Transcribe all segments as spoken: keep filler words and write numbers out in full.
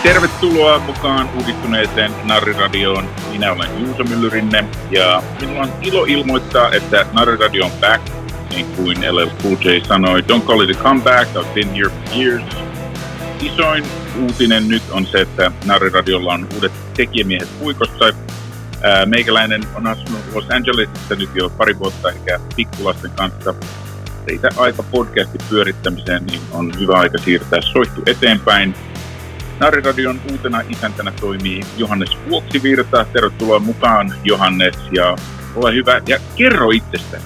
Tervetuloa mukaan uudistuneeseen Narriradioon. Minä olen Juuso Myllyrinne ja minulla on ilo ilmoittaa, että Narriradio on back. Niin kuin L L Cool J sanoi, don't call it a comeback, I've been here for years. Isoin uutinen nyt on se, että Narriradiolla on uudet tekijämiehet puikossa. Meikäläinen on asunut Los Angelesissa nyt jo pari vuotta ehkä pikkulasten kanssa. Riitä aika podcastin pyörittämiseen, niin on hyvä aika siirtää soihtu eteenpäin. Narriradion uutena isäntänä toimii Johannes Vuoksivirta. Tervetuloa mukaan, Johannes, ja ole hyvä ja kerro itsestäsi.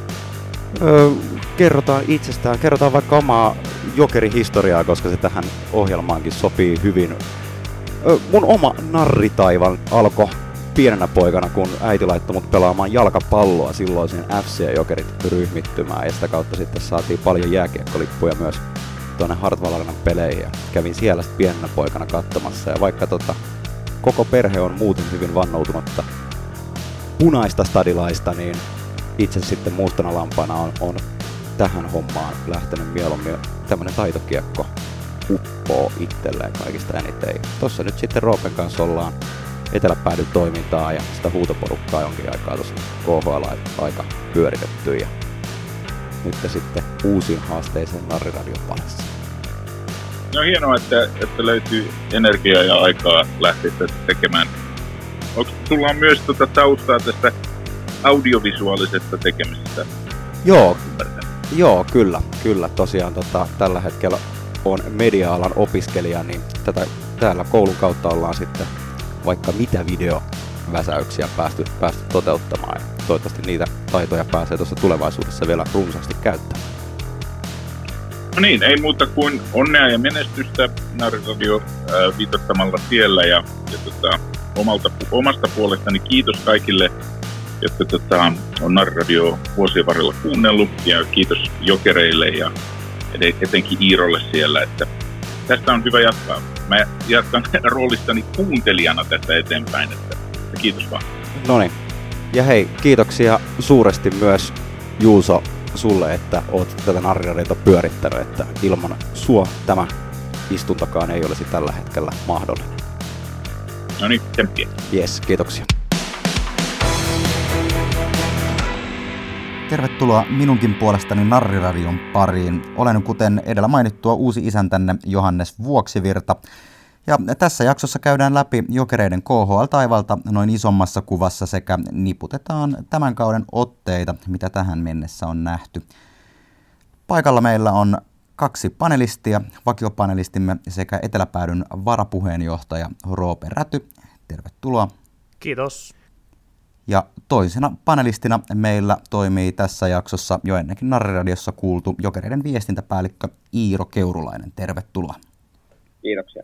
Öö, kerrotaan itsestään, kerrotaan vaikka omaa jokerihistoriaa, koska se tähän ohjelmaankin sopii hyvin. Öö, mun oma narritaival alkoi pienenä poikana, kun äiti laittoi mut pelaamaan jalkapalloa silloisen F C-jokerit ryhmittymään, ja sitä kautta sitten saatiin paljon jääkiekkolippuja myös tuonne Hartwall-arenan peleihin, ja kävin siellä pienenä poikana katsomassa, ja vaikka tota, koko perhe on muuten hyvin vannoutunutta punaista stadilaista, niin itse sitten mustana lampaana on, on tähän hommaan lähtenyt mieluummin. Tämmönen taitokiekko uppoo itselleen kaikista eniten. Tossa nyt sitten Roopen kanssa ollaan eteläpäädyn toimintaa ja sitä huutoporukkaa jonkin aikaa tuossa K H L-aika pyöritetty, ja nyt sitten uusiin haasteeseen Narriradion parissa. No hienoa, että, että löytyy energiaa ja aikaa lähteä tästä tekemään. Onko sulla myös tuota taustaa tästä audiovisuaalisesta tekemisestä? Joo, joo kyllä, kyllä. Tosiaan tota, tällä hetkellä on media-alan opiskelija, niin tätä, täällä koulun kautta ollaan sitten vaikka mitä videoväsäyksiä päästy, päästy toteuttamaan. Ja toivottavasti niitä taitoja pääsee tuossa tulevaisuudessa vielä runsaasti käyttämään. No niin, ei muuta kuin onnea ja menestystä Narriradio äh, viitottamalla siellä. Ja, ja tota, omalta, omasta puolestani kiitos kaikille, jotka tota, on Narriradio vuosien varrella kuunnellut. Ja kiitos jokereille ja etenkin Iirolle siellä, että tästä on hyvä jatkaa. Mä jatkan roolistani kuuntelijana tästä eteenpäin, että kiitos vaan. Noniin. Ja hei, kiitoksia suuresti myös Juuso sulle, että oot tätä Narriradiota pyörittänyt, että ilman sua tämä istuntokaan ei olisi tällä hetkellä mahdollinen. No niin, tsemppiä. Jes, kiitoksia. Tervetuloa minunkin puolestani Narriradion pariin. Olen kuten edellä mainittua uusi isäntänne Johannes Vuoksivirta. Ja tässä jaksossa käydään läpi jokereiden K H L-taivalta noin isommassa kuvassa sekä niputetaan tämän kauden otteita, mitä tähän mennessä on nähty. Paikalla meillä on kaksi panelistia, vakiopanelistimme sekä eteläpäädyn varapuheenjohtaja Roope Räty. Tervetuloa. Kiitos. Ja toisena panelistina meillä toimii tässä jaksossa jo ennenkin Narriradiossa kuultu jokereiden viestintäpäällikkö Iiro Keurulainen. Tervetuloa. Kiitoksia.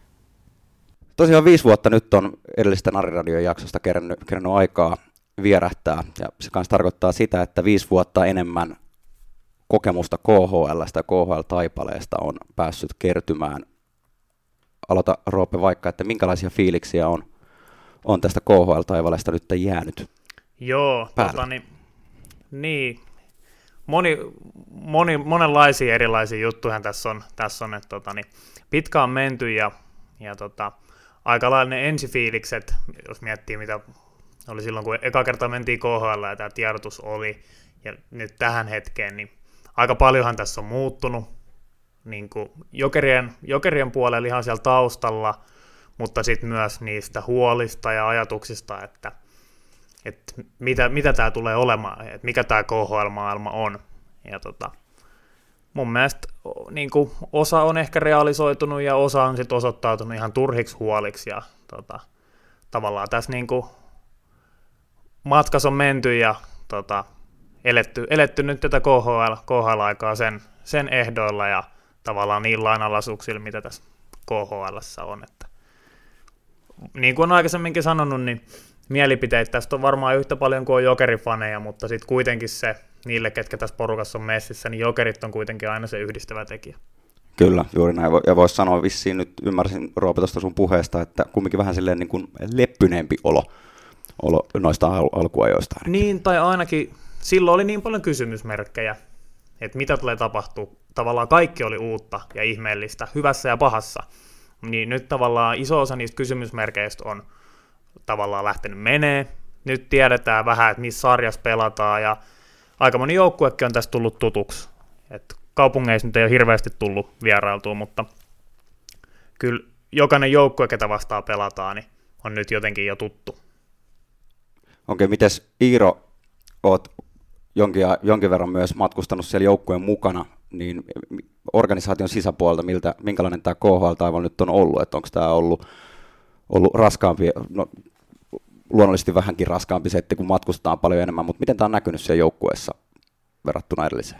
Tosiaan viisi vuotta nyt on edellisestä Narriradion jaksosta kerännyt, kerännyt aikaa vierähtää, ja se kanssa tarkoittaa sitä, että viisi vuotta enemmän kokemusta K H L:stä ja K H L-taipaleesta on päässyt kertymään. Aloita, Roope, vaikka, että minkälaisia fiiliksiä on, on tästä K H L-taipaleesta nyt jäänyt? Joo, tota, niin, niin. Moni, moni, monenlaisia erilaisia juttuja tässä on, tässä on että tota, niin, pitkä on menty ja, ja tota, aika lailla ne ensifiilikset, jos miettii mitä oli silloin, kun eka kertaa mentiin K H L ja tämä tiedotus oli, ja nyt tähän hetkeen, niin aika paljonhan tässä on muuttunut, niin kuin jokerien, jokerien puolella ihan siellä taustalla, mutta sitten myös niistä huolista ja ajatuksista, että, että mitä, mitä tämä tulee olemaan, että mikä tämä K H L-maailma on. Ja tota, mun mielestä niin kuin osa on ehkä realisoitunut ja osa on sitten osoittautunut ihan turhiksi huoliksi. Ja tota, tavallaan tässä niin kuin matkassa on menty ja tota, eletty, eletty nyt tätä K H L, K H L-aikaa sen, sen ehdoilla ja tavallaan niillä lainalaisuuksilla, mitä tässä K H L:ssä on. Että niin kuin olen aikaisemminkin sanonut, niin mielipiteitä tästä on varmaan yhtä paljon kuin on jokerifaneja, mutta sitten kuitenkin se, niille, ketkä tässä porukassa on messissä, niin jokerit on kuitenkin aina se yhdistävä tekijä. Kyllä, juuri näin. Ja voisi sanoa vissiin, nyt ymmärsin Roope tuosta sun puheesta, että kumminkin vähän silleen niin kuin leppyneempi olo, olo noista al- alkuajoista. Ainakin. Niin, tai ainakin silloin oli niin paljon kysymysmerkkejä, että mitä tulee tapahtua. Tavallaan kaikki oli uutta ja ihmeellistä, hyvässä ja pahassa. Niin nyt tavallaan iso osa niistä kysymysmerkeistä on tavallaan lähtenyt menee. Nyt tiedetään vähän, että missä sarjassa pelataan, ja aika moni joukkuekin on tästä tullut tutuksi. Et kaupungeissa nyt ei ole hirveästi tullut vierailtua, mutta kyllä jokainen joukkue, ketä vastaan pelataan, niin on nyt jotenkin jo tuttu. Okei, mites Iiro, oot jonkin, jonkin verran myös matkustanut siellä joukkueen mukana, niin organisaation sisäpuolelta, miltä, minkälainen tämä K H L-taival nyt on ollut, että onko tämä ollut, ollut raskaampi, no, luonnollisesti vähänkin raskaampi setti, kun matkustetaan paljon enemmän, mutta miten tämä on näkynyt siellä joukkueessa verrattuna edelliseen?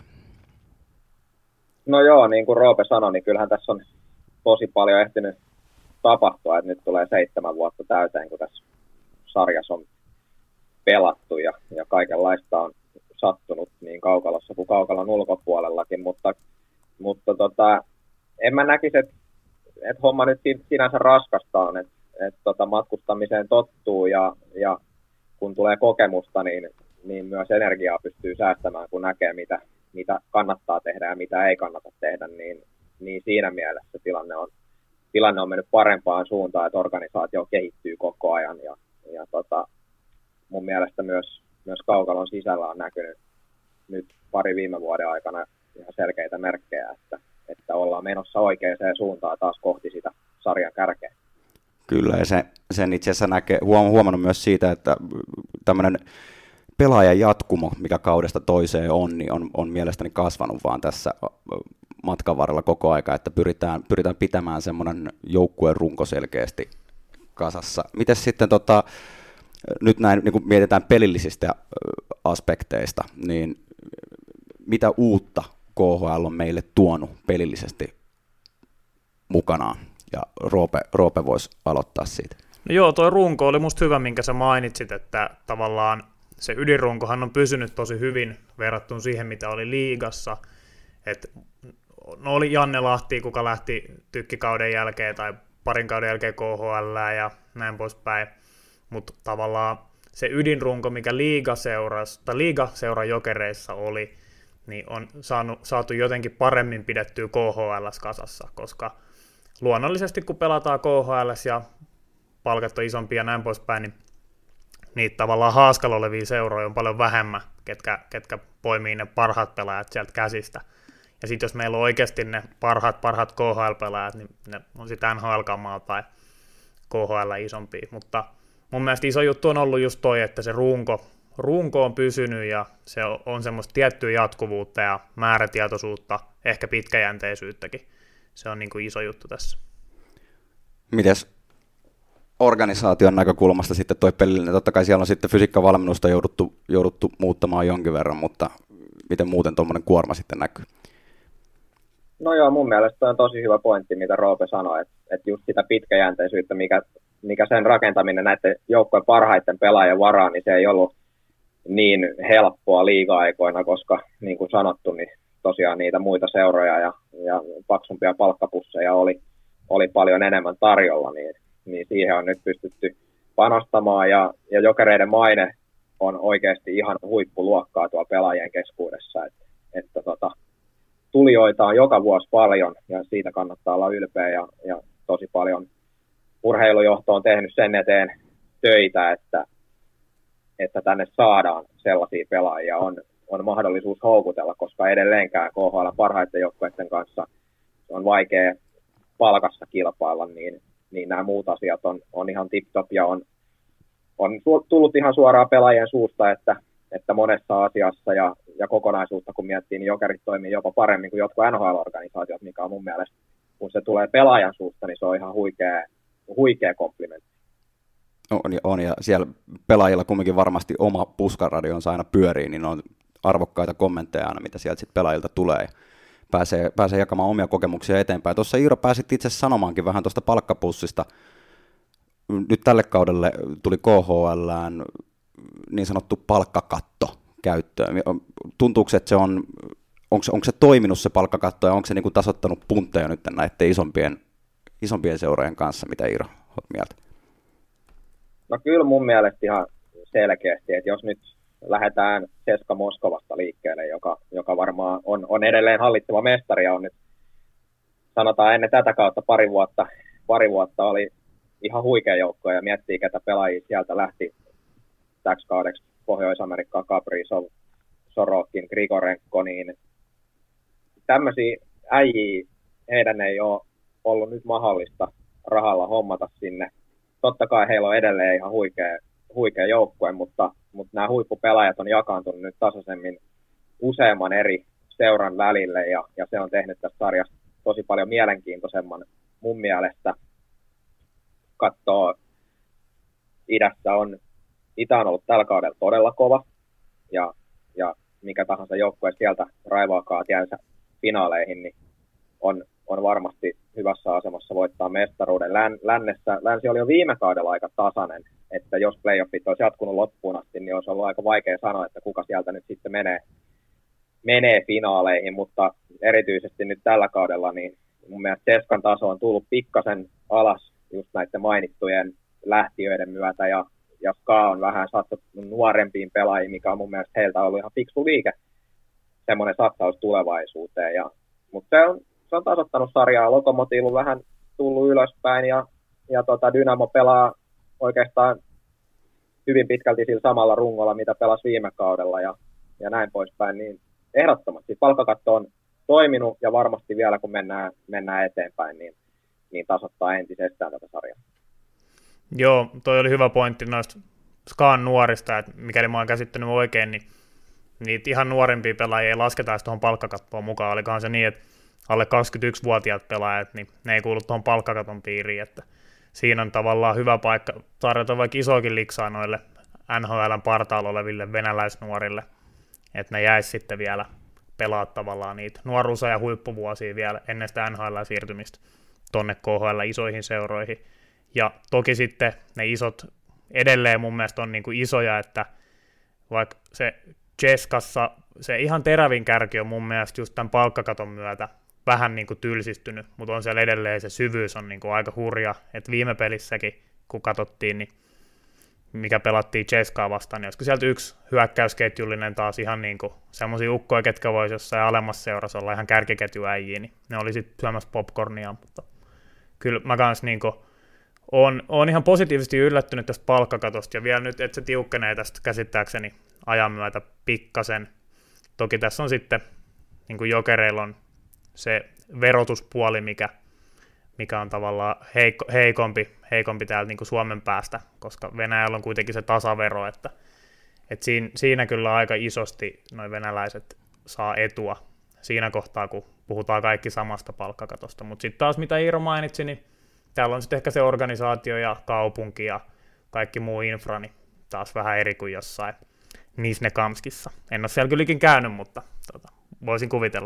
No joo, niin kuin Roope sanoi, niin kyllähän tässä on tosi paljon ehtinyt tapahtua, että nyt tulee seitsemän vuotta täyteen, kun tässä sarjassa on pelattu ja, ja kaikenlaista on sattunut niin kaukalossa kuin kaukalon ulkopuolellakin, mutta, mutta tota, en mä näkisi, että, että homma nyt sinänsä raskasta on, että, että tota, matkustamiseen tottuu ja, ja kun tulee kokemusta, niin, niin myös energiaa pystyy säästämään, kun näkee, mitä, mitä kannattaa tehdä ja mitä ei kannata tehdä, niin, niin siinä mielessä tilanne on, tilanne on mennyt parempaan suuntaan, että organisaatio kehittyy koko ajan ja, ja tota, mun mielestä myös, myös kaukalon sisällä on näkynyt nyt pari viime vuoden aikana ihan selkeitä merkkejä, että, että ollaan menossa oikeaan suuntaan taas kohti sitä sarjan kärkeä. Kyllä, ja se, sen itse asiassa näkee, huom, huomannut myös siitä, että tämmöinen pelaajan jatkumo, mikä kaudesta toiseen on, niin on, on mielestäni kasvanut vaan tässä matkan varrella koko aika, että pyritään, pyritään pitämään semmoinen joukkueen runko selkeästi kasassa. Mites sitten tota, nyt näin, niin kun mietitään pelillisistä aspekteista, niin mitä uutta K H L on meille tuonut pelillisesti mukanaan? Ja Roope, Roope voisi aloittaa siitä. No joo, tuo runko oli musta hyvä, minkä sä mainitsit, että tavallaan se ydinrunkohan on pysynyt tosi hyvin verrattuna siihen, mitä oli liigassa. Et, no oli Janne Lahti, kuka lähti tykkikauden jälkeen tai parin kauden jälkeen K H L ja näin poispäin. Mutta tavallaan se ydinrunko, mikä liigaseurassa, tai liigaseuran Jokereissa oli, niin on saanut, saatu jotenkin paremmin pidettyä K H L:ssä kasassa, koska luonnollisesti kun pelataan K H L:ssä ja palkat on isompia ja näin poispäin, niin niitä tavallaan haaskalla olevia seuroja on paljon vähemmän, ketkä, ketkä poimii ne parhaat pelaajat sieltä käsistä. Ja sitten jos meillä on oikeasti ne parhaat, parhaat K H L-pelaajat, niin ne on sitten N H L-kamaa tai K H L isompia. Mutta mun mielestä iso juttu on ollut just toi, että se runko, runko on pysynyt ja se on semmoista tiettyä jatkuvuutta ja määrätietoisuutta, ehkä pitkäjänteisyyttäkin. Se on niin kuin iso juttu tässä. Mites organisaation näkökulmasta sitten toi pelillinen? Totta kai siellä on sitten fysiikkavalmennusta jouduttu, jouduttu muuttamaan jonkin verran, mutta miten muuten tuommoinen kuorma sitten näkyy? No joo, mun mielestä on tosi hyvä pointti, mitä Roope sanoi, että, että just sitä pitkäjänteisyyttä, mikä, mikä sen rakentaminen näiden joukkojen parhaiten pelaajien varaan, niin se ei ollut niin helppoa liiga-aikoina, koska niin kuin sanottu, niin tosiaan niitä muita seuroja ja, ja paksumpia palkkapusseja oli, oli paljon enemmän tarjolla, niin, niin siihen on nyt pystytty panostamaan ja, ja Jokereiden maine on oikeasti ihan huippuluokkaa tuolla pelaajien keskuudessa, että, että tota, tulijoita on joka vuosi paljon ja siitä kannattaa olla ylpeä ja, ja tosi paljon urheilujohto on tehnyt sen eteen töitä, että, että tänne saadaan sellaisia pelaajia, on, on mahdollisuus houkutella, koska edelleenkään K H L parhaiten joukkueiden kanssa on vaikea palkassa kilpailla, niin, niin nämä muut asiat on, on ihan tip-top ja on, on tullut ihan suoraan pelaajien suusta, että, että monessa asiassa ja, ja kokonaisuutta kun miettii, niin Jokerit toimii jopa paremmin kuin jotkut N H L-organisaatiot, mikä on mun mielestä, kun se tulee pelaajan suusta, niin se on ihan huikea, huikea komplimentti. On, on, ja siellä pelaajilla kumminkin varmasti oma puskaradionsa aina pyörii, niin on arvokkaita kommentteja aina, mitä sieltä sitten pelaajilta tulee. Pääsee, pääsee jakamaan omia kokemuksia eteenpäin. Tuossa Iiro pääsit itse sanomaankin vähän tuosta palkkapussista. Nyt tälle kaudelle tuli K H L:ään niin sanottu palkkakatto käyttöön. Tuntuuko, että se on, onko, onko se toiminut se palkkakatto ja onko se niin kuin tasoittanut puntteja nyt näiden isompien, isompien seurojen kanssa, mitä Iiro olet mieltä? No kyllä mun mielestä ihan selkeästi, että jos nyt lähdetään Ceska Moskovasta liikkeelle, joka, joka varmaan on, on edelleen hallitseva mestari ja on nyt sanotaan ennen tätä kautta pari vuotta pari vuotta oli ihan huikea joukko ja miettii, ketä pelaajia sieltä lähti täksi kaudeksi Pohjois-Amerikkaan, Kaprizov, Sorokin, Grigorenko, niin tämmöisiä äijiä heidän ei ole ollut nyt mahdollista rahalla hommata sinne. Totta kai heillä on edelleen ihan huikea, huikea joukkue, mutta, mutta nämä huippupelaajat on jakaantunut nyt tasaisemmin useamman eri seuran välille, ja, ja se on tehnyt tästä sarjasta tosi paljon mielenkiintoisemman mun mielestä. Katsoo, idässä on, itä on ollut tällä kaudella todella kova, ja, ja mikä tahansa joukkue sieltä raivaakaan tiensä finaaleihin, niin on, on varmasti hyvässä asemassa voittaa mestaruuden. Län, lännessä, länsi oli jo viime kaudella aika tasainen, että jos playoffit olisi jatkunut loppuun asti, niin olisi ollut aika vaikea sanoa, että kuka sieltä nyt sitten menee, menee finaaleihin, mutta erityisesti nyt tällä kaudella, niin mun mielestä Ceskan taso on tullut pikkasen alas just näiden mainittujen lähtiöiden myötä, ja, ja Ska on vähän satsattu nuorempiin pelaajiin, mikä on mun mielestä heiltä ollut ihan fiksu liike, semmoinen satsaus tulevaisuuteen, ja, mutta se on, se on tasoittanut sarjaa. Lokomotiiv on vähän tullut ylöspäin, ja, ja tota Dynamo pelaa oikeastaan hyvin pitkälti sillä samalla rungolla, mitä pelasi viime kaudella, ja, ja näin poispäin, niin ehdottomasti palkkakatto on toiminut, ja varmasti vielä kun mennään, mennään eteenpäin, niin, niin tasoittaa entisestään tätä sarjaa. Joo, toi oli hyvä pointti noista Skaan nuorista, että mikäli mä oon käsittänyt oikein, niin niitä ihan nuorempia pelaajia ei lasketa tuohon palkkakattoon mukaan. Olikohan se niin, että alle kaksikymmentäyksivuotiaat pelaajat, niin ne ei kuulu tuohon palkkakaton piiriin, että siinä on tavallaan hyvä paikka tarjota vaikka isoakin liksaa noille N H L:n partaalla oleville venäläisnuorille, että ne jäisi sitten vielä pelaa tavallaan niitä nuoruusa- ja huippuvuosia vielä ennen sitä N H L-siirtymistä tonne K H L isoihin seuroihin. Ja toki sitten ne isot edelleen mun mielestä on niin kuin isoja, että vaikka se Ceskassa se ihan terävin kärki on mun mielestä just tämän palkkakaton myötä vähän niin kuin tylsistynyt, mutta on siellä edelleen se syvyys on niin kuin aika hurja, että viime pelissäkin kun katsottiin, niin mikä pelattiin Ceskaa vastaan, niin olisiko sieltä yksi hyökkäysketjullinen taas ihan niin kuin semmoisia ukkoja, ketkä voisi jossain alemmassa seurassa olla ihan kärkiketjuäjiä, niin ne oli sitten syömässä popcornia, mutta kyllä mä kans niin kuin on, on ihan positiivisesti yllättynyt tästä palkkakatosta, ja vielä nyt, että se tiukkenee tästä käsittääkseni ajan myötä pikkasen. Toki tässä on sitten, niin kuin Jokereilla on se verotuspuoli, mikä, mikä on tavallaan heikko, heikompi, heikompi täältä niin kuin Suomen päästä, koska Venäjällä on kuitenkin se tasavero, että, että siinä, siinä kyllä aika isosti nuo venäläiset saa etua siinä kohtaa, kun puhutaan kaikki samasta palkkakatosta. Mutta sitten taas, mitä Iiro mainitsi, niin täällä on sitten ehkä se organisaatio ja kaupunki ja kaikki muu infra, niin taas vähän eri kuin jossain Nisnekamskissa. En ole siellä kylläkin käynyt, mutta tota, voisin kuvitella.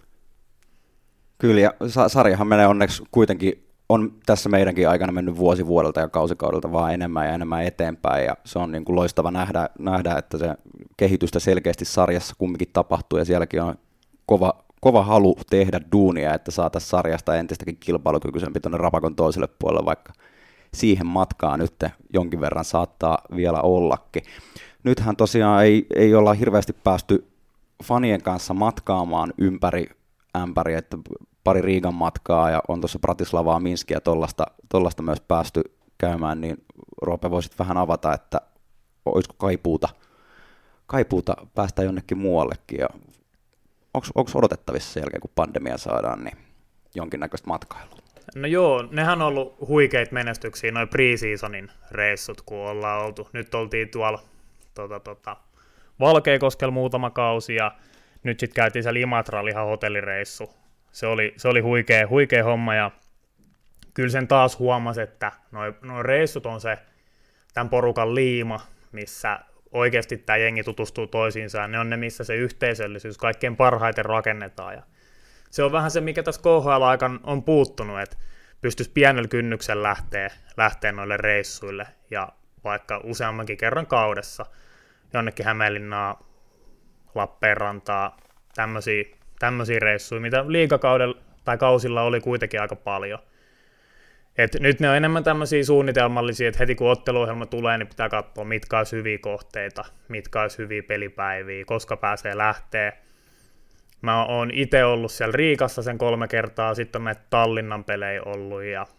Kyllä, ja sarjahan menee onneksi kuitenkin, on tässä meidänkin aikana mennyt vuosi vuodelta ja kausikaudelta vaan enemmän ja enemmän eteenpäin, ja se on niin kuin loistava nähdä, nähdä, että se kehitystä selkeästi sarjassa kumminkin tapahtuu, ja sielläkin on kova, kova halu tehdä duunia, että saataisiin sarjasta entistäkin kilpailukykyisempi tuonne rapakon toiselle puolelle, vaikka siihen matkaan nyt jonkin verran saattaa vielä ollakin. Nythän tosiaan ei, ei olla hirveästi päästy fanien kanssa matkaamaan ympäri ämpäri, että pari Riigan matkaa ja on tuossa Bratislavaa, Minskia tollasta, tollasta myös päästy käymään, niin Roope voisit vähän avata, että olisiko kaipuuta, kaipuuta päästä jonnekin muuallekin, ja onko odotettavissa sen jälkeen, kun pandemia saadaan, niin jonkinnäköistä matkailua? No joo, nehän on ollut huikeita menestyksiä, noi pre-seasonin reissut, kun ollaan oltu. Nyt oltiin tuolla tota, tota, Valkeakoskella muutama kausi, ja nyt sitten käytiin siellä Imatralla ihan hotellireissu. Se oli, se oli huikea, huikea homma, ja kyllä sen taas huomasi, että noi, noi reissut on se tämän porukan liima, missä oikeasti tämä jengi tutustuu toisiinsa, ja ne on ne, missä se yhteisöllisyys kaikkein parhaiten rakennetaan. Ja se on vähän se, mikä tässä K H L-aikana on puuttunut, että pystyisi pienellä kynnyksellä lähteä, lähteä noille reissuille, ja vaikka useammankin kerran kaudessa jonnekin Hämeenlinnaa, Lappeenrantaa, tämmöisiä, tämmöisiä reissuja, mitä liigakaudella tai kausilla oli kuitenkin aika paljon. Et nyt ne on enemmän tämmöisiä suunnitelmallisia, että heti kun otteluohjelma tulee, niin pitää katsoa, mitkä olisi hyviä kohteita, mitkä olisi hyviä pelipäiviä, koska pääsee lähteä. Mä oon itse ollut siellä Riikassa sen kolme kertaa, sitten on näitä Tallinnan pelejä ollut, ja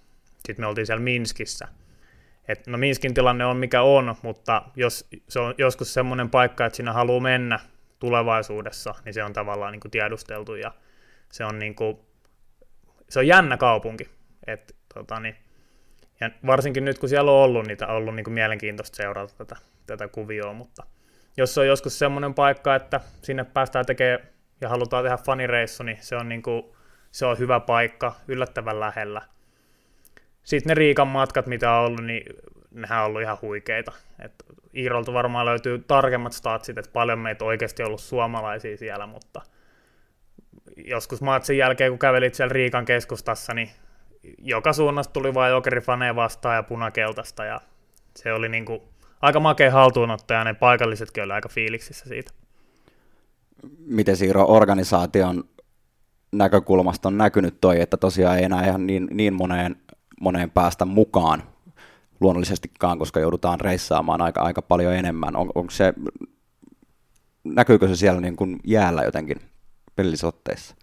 sitten me oltiin siellä Minskissä. Et, no Minskin tilanne on mikä on, mutta jos se on joskus semmoinen paikka, että sinä haluaa mennä tulevaisuudessa, niin se on tavallaan niin kuin tiedusteltu ja se on, niin kuin, se on jännä kaupunki. Et, tota, niin, ja varsinkin nyt kun siellä on ollut, niin on ollut niin kuin mielenkiintoista seurata tätä, tätä kuvioa, mutta jos se on joskus semmoinen paikka, että sinne päästään tekemään ja halutaan tehdä fanireissu, niin se on, niin kuin, se on hyvä paikka, yllättävän lähellä. Sitten ne Riikan matkat, mitä on ollut, niin nehän on ollut ihan huikeita. Et Iirolta varmaan löytyy tarkemmat statsit, että paljon meitä on oikeasti ollut suomalaisia siellä, mutta joskus matsin jälkeen, kun kävelit siellä Riikan keskustassa, niin joka suunnasta tuli vain jokerifaneja vastaan ja punakeltaista, ja se oli niinku aika makea haltuunotto, ja ne paikallisetkin oli aika fiiliksissä siitä. Miten Iiro organisaation näkökulmasta on näkynyt toi, että tosiaan ei enää ihan niin, niin moneen, moneen päästä mukaan luonnollisestikaan, koska joudutaan reissaamaan aika, aika paljon enemmän. On, onko se, näkyykö se siellä niin kuin jäällä jotenkin pelillisotteissa?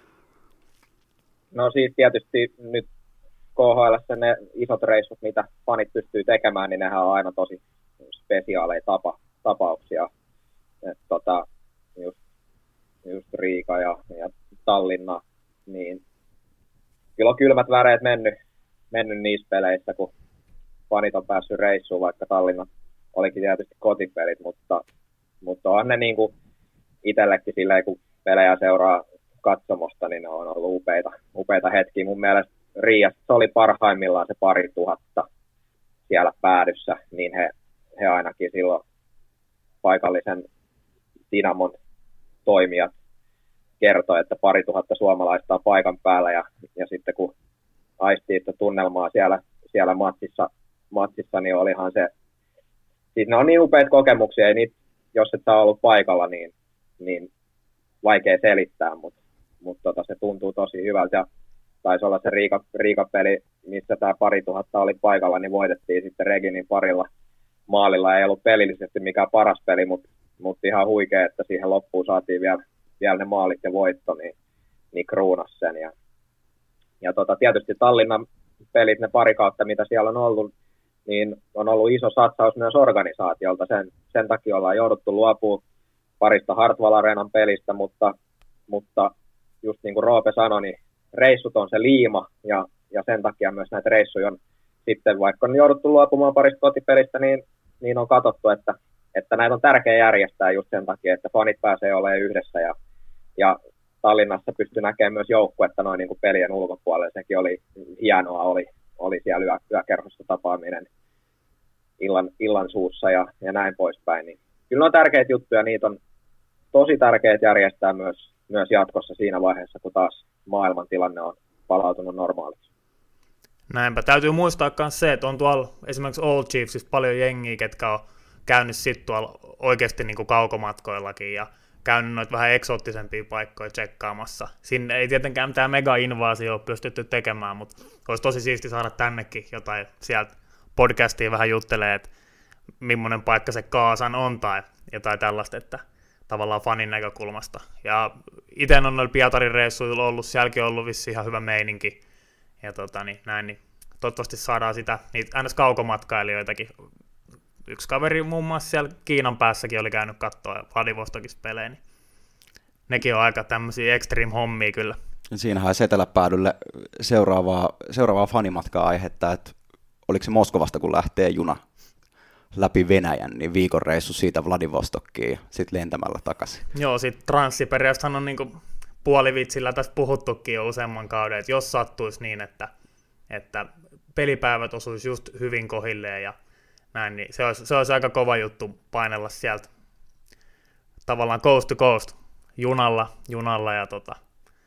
No siis tietysti nyt K H L:ssä ne isot reissut, mitä fanit pystyy tekemään, niin nehän on aina tosi spesiaaleja tapa, tapauksia. Et tota, just, just Riika ja, ja Tallinna, niin kyllä on kylmät väreet mennyt, mennyt niissä peleissä, kun fanit on päässyt reissuun, vaikka Tallinna olikin tietysti kotipelit, mutta, mutta on ne niin kuin itsellekin silleen, kun pelejä seuraa katsomosta, niin ne on ollut upeita, upeita hetkiä. Mun mielestä Riiassa se oli parhaimmillaan se pari tuhatta siellä päädyssä, niin he, he ainakin silloin paikallisen Dynamon toimijat kertoi, että pari tuhatta suomalaista on paikan päällä, ja, ja sitten kun aistii sitä tunnelmaa siellä, siellä matsissa, matsissa, niin olihan se, siis ne on niin upeita kokemuksia, ei niitä, jos et ole ollut paikalla, niin, niin vaikea selittää, mutta mut tota, se tuntuu tosi hyvältä, ja taisi olla se Riika, Riika-peli, missä tämä pari tuhatta oli paikalla, niin voitettiin sitten Reginin parilla maalilla. Ei ollut pelillisesti mikään paras peli, mutta mut ihan huikea, että siihen loppuun saatiin vielä, vielä ne maalit ja voitto, niin, niin kruunas sen. Ja, ja tota, tietysti Tallinnan pelit, ne pari kautta, mitä siellä on ollut, niin on ollut iso satsaus myös organisaatiolta. Sen, sen takia ollaan jouduttu luopumaan parista Hartwall Areenan pelistä, mutta, mutta just niin kuin Roope sanoi, niin reissut on se liima, ja, ja sen takia myös näitä reissuja on sitten, vaikka on jouduttu luopumaan parista kotipelistä, niin, niin on katsottu, että, että näitä on tärkeä järjestää just sen takia, että fanit pääsee olemaan yhdessä, ja, ja Tallinnassa pystyi näkemään myös joukkuetta noin niin kuin pelien ulkopuolella, sekin oli hienoa, oli, oli siellä yö, yökerhossa tapaaminen illan, illan suussa ja, ja näin poispäin, niin kyllä on tärkeitä juttuja, niitä on tosi tärkeää järjestää myös, myös jatkossa siinä vaiheessa, kun taas maailman tilanne on palautunut normaaliksi. Näinpä. Täytyy muistaa myös se, että on tuolla esimerkiksi Old Chiefsista paljon jengiä, ketkä on käynyt sitten tuolla oikeasti niin kuin kaukomatkoillakin ja käynyt noita vähän eksoottisempia paikkoja tsekkaamassa. Sinne ei tietenkään mitään mega-invaasioa ole pystytty tekemään, mutta olisi tosi siisti saada tännekin jotain sieltä podcastia vähän juttelee, että millainen paikka se Kaasan on tai jotain tällaista, että tavallaan fanin näkökulmasta. Ja itse on noilla Pietarin reissuilla ollut, sielläkin on ollut vissiin ihan hyvä meininki. Ja tota, niin, näin, niin toivottavasti saadaan sitä, niitä ns. Kaukomatkailijoitakin. Yksi kaveri muun muassa siellä Kiinan päässäkin oli käynyt katsoa Vladivostokissa pelejä, niin nekin on aika tämmöisiä extreme-hommia kyllä. Siinähän olisi eteläpäädylle seuraavaa, seuraavaa fanimatkaa aihetta, että oliko se Moskovasta, kun lähtee juna läpi Venäjän, niin viikon reissu siitä Vladivostokkiin ja sitten lentämällä takaisin. Joo, sitten Transsiperiastahan on niinku puolivitsillä tästä puhuttukin jo useamman kauden, että jos sattuisi niin, että, että pelipäivät osuisi just hyvin kohilleen ja näin, niin se olisi, se olisi aika kova juttu painella sieltä tavallaan coast to coast junalla, junalla ja tota,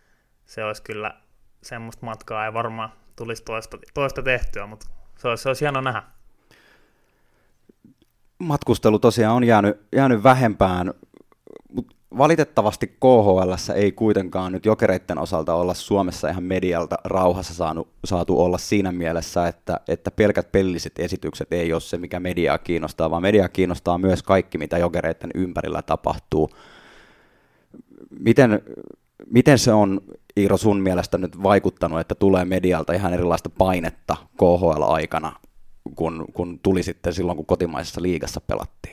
se olisi kyllä semmoista matkaa, ei varmaan tulisi toista, toista tehtyä, mutta se olisi, se olisi hieno nähdä. Matkustelu tosiaan on jäänyt, jäänyt vähempään, mutta valitettavasti K H L:ssä ei kuitenkaan nyt Jokereiden osalta olla Suomessa ihan medialta rauhassa saanut, saatu olla siinä mielessä, että, että pelkät pelilliset esitykset ei ole se, mikä mediaa kiinnostaa, vaan mediaa kiinnostaa myös kaikki, mitä Jokereiden ympärillä tapahtuu. Miten, miten se on Iiro, sun mielestä nyt vaikuttanut, että tulee medialta ihan erilaista painetta K H L-aikana, kun, kun tuli sitten silloin, kun kotimaisessa liigassa pelattiin?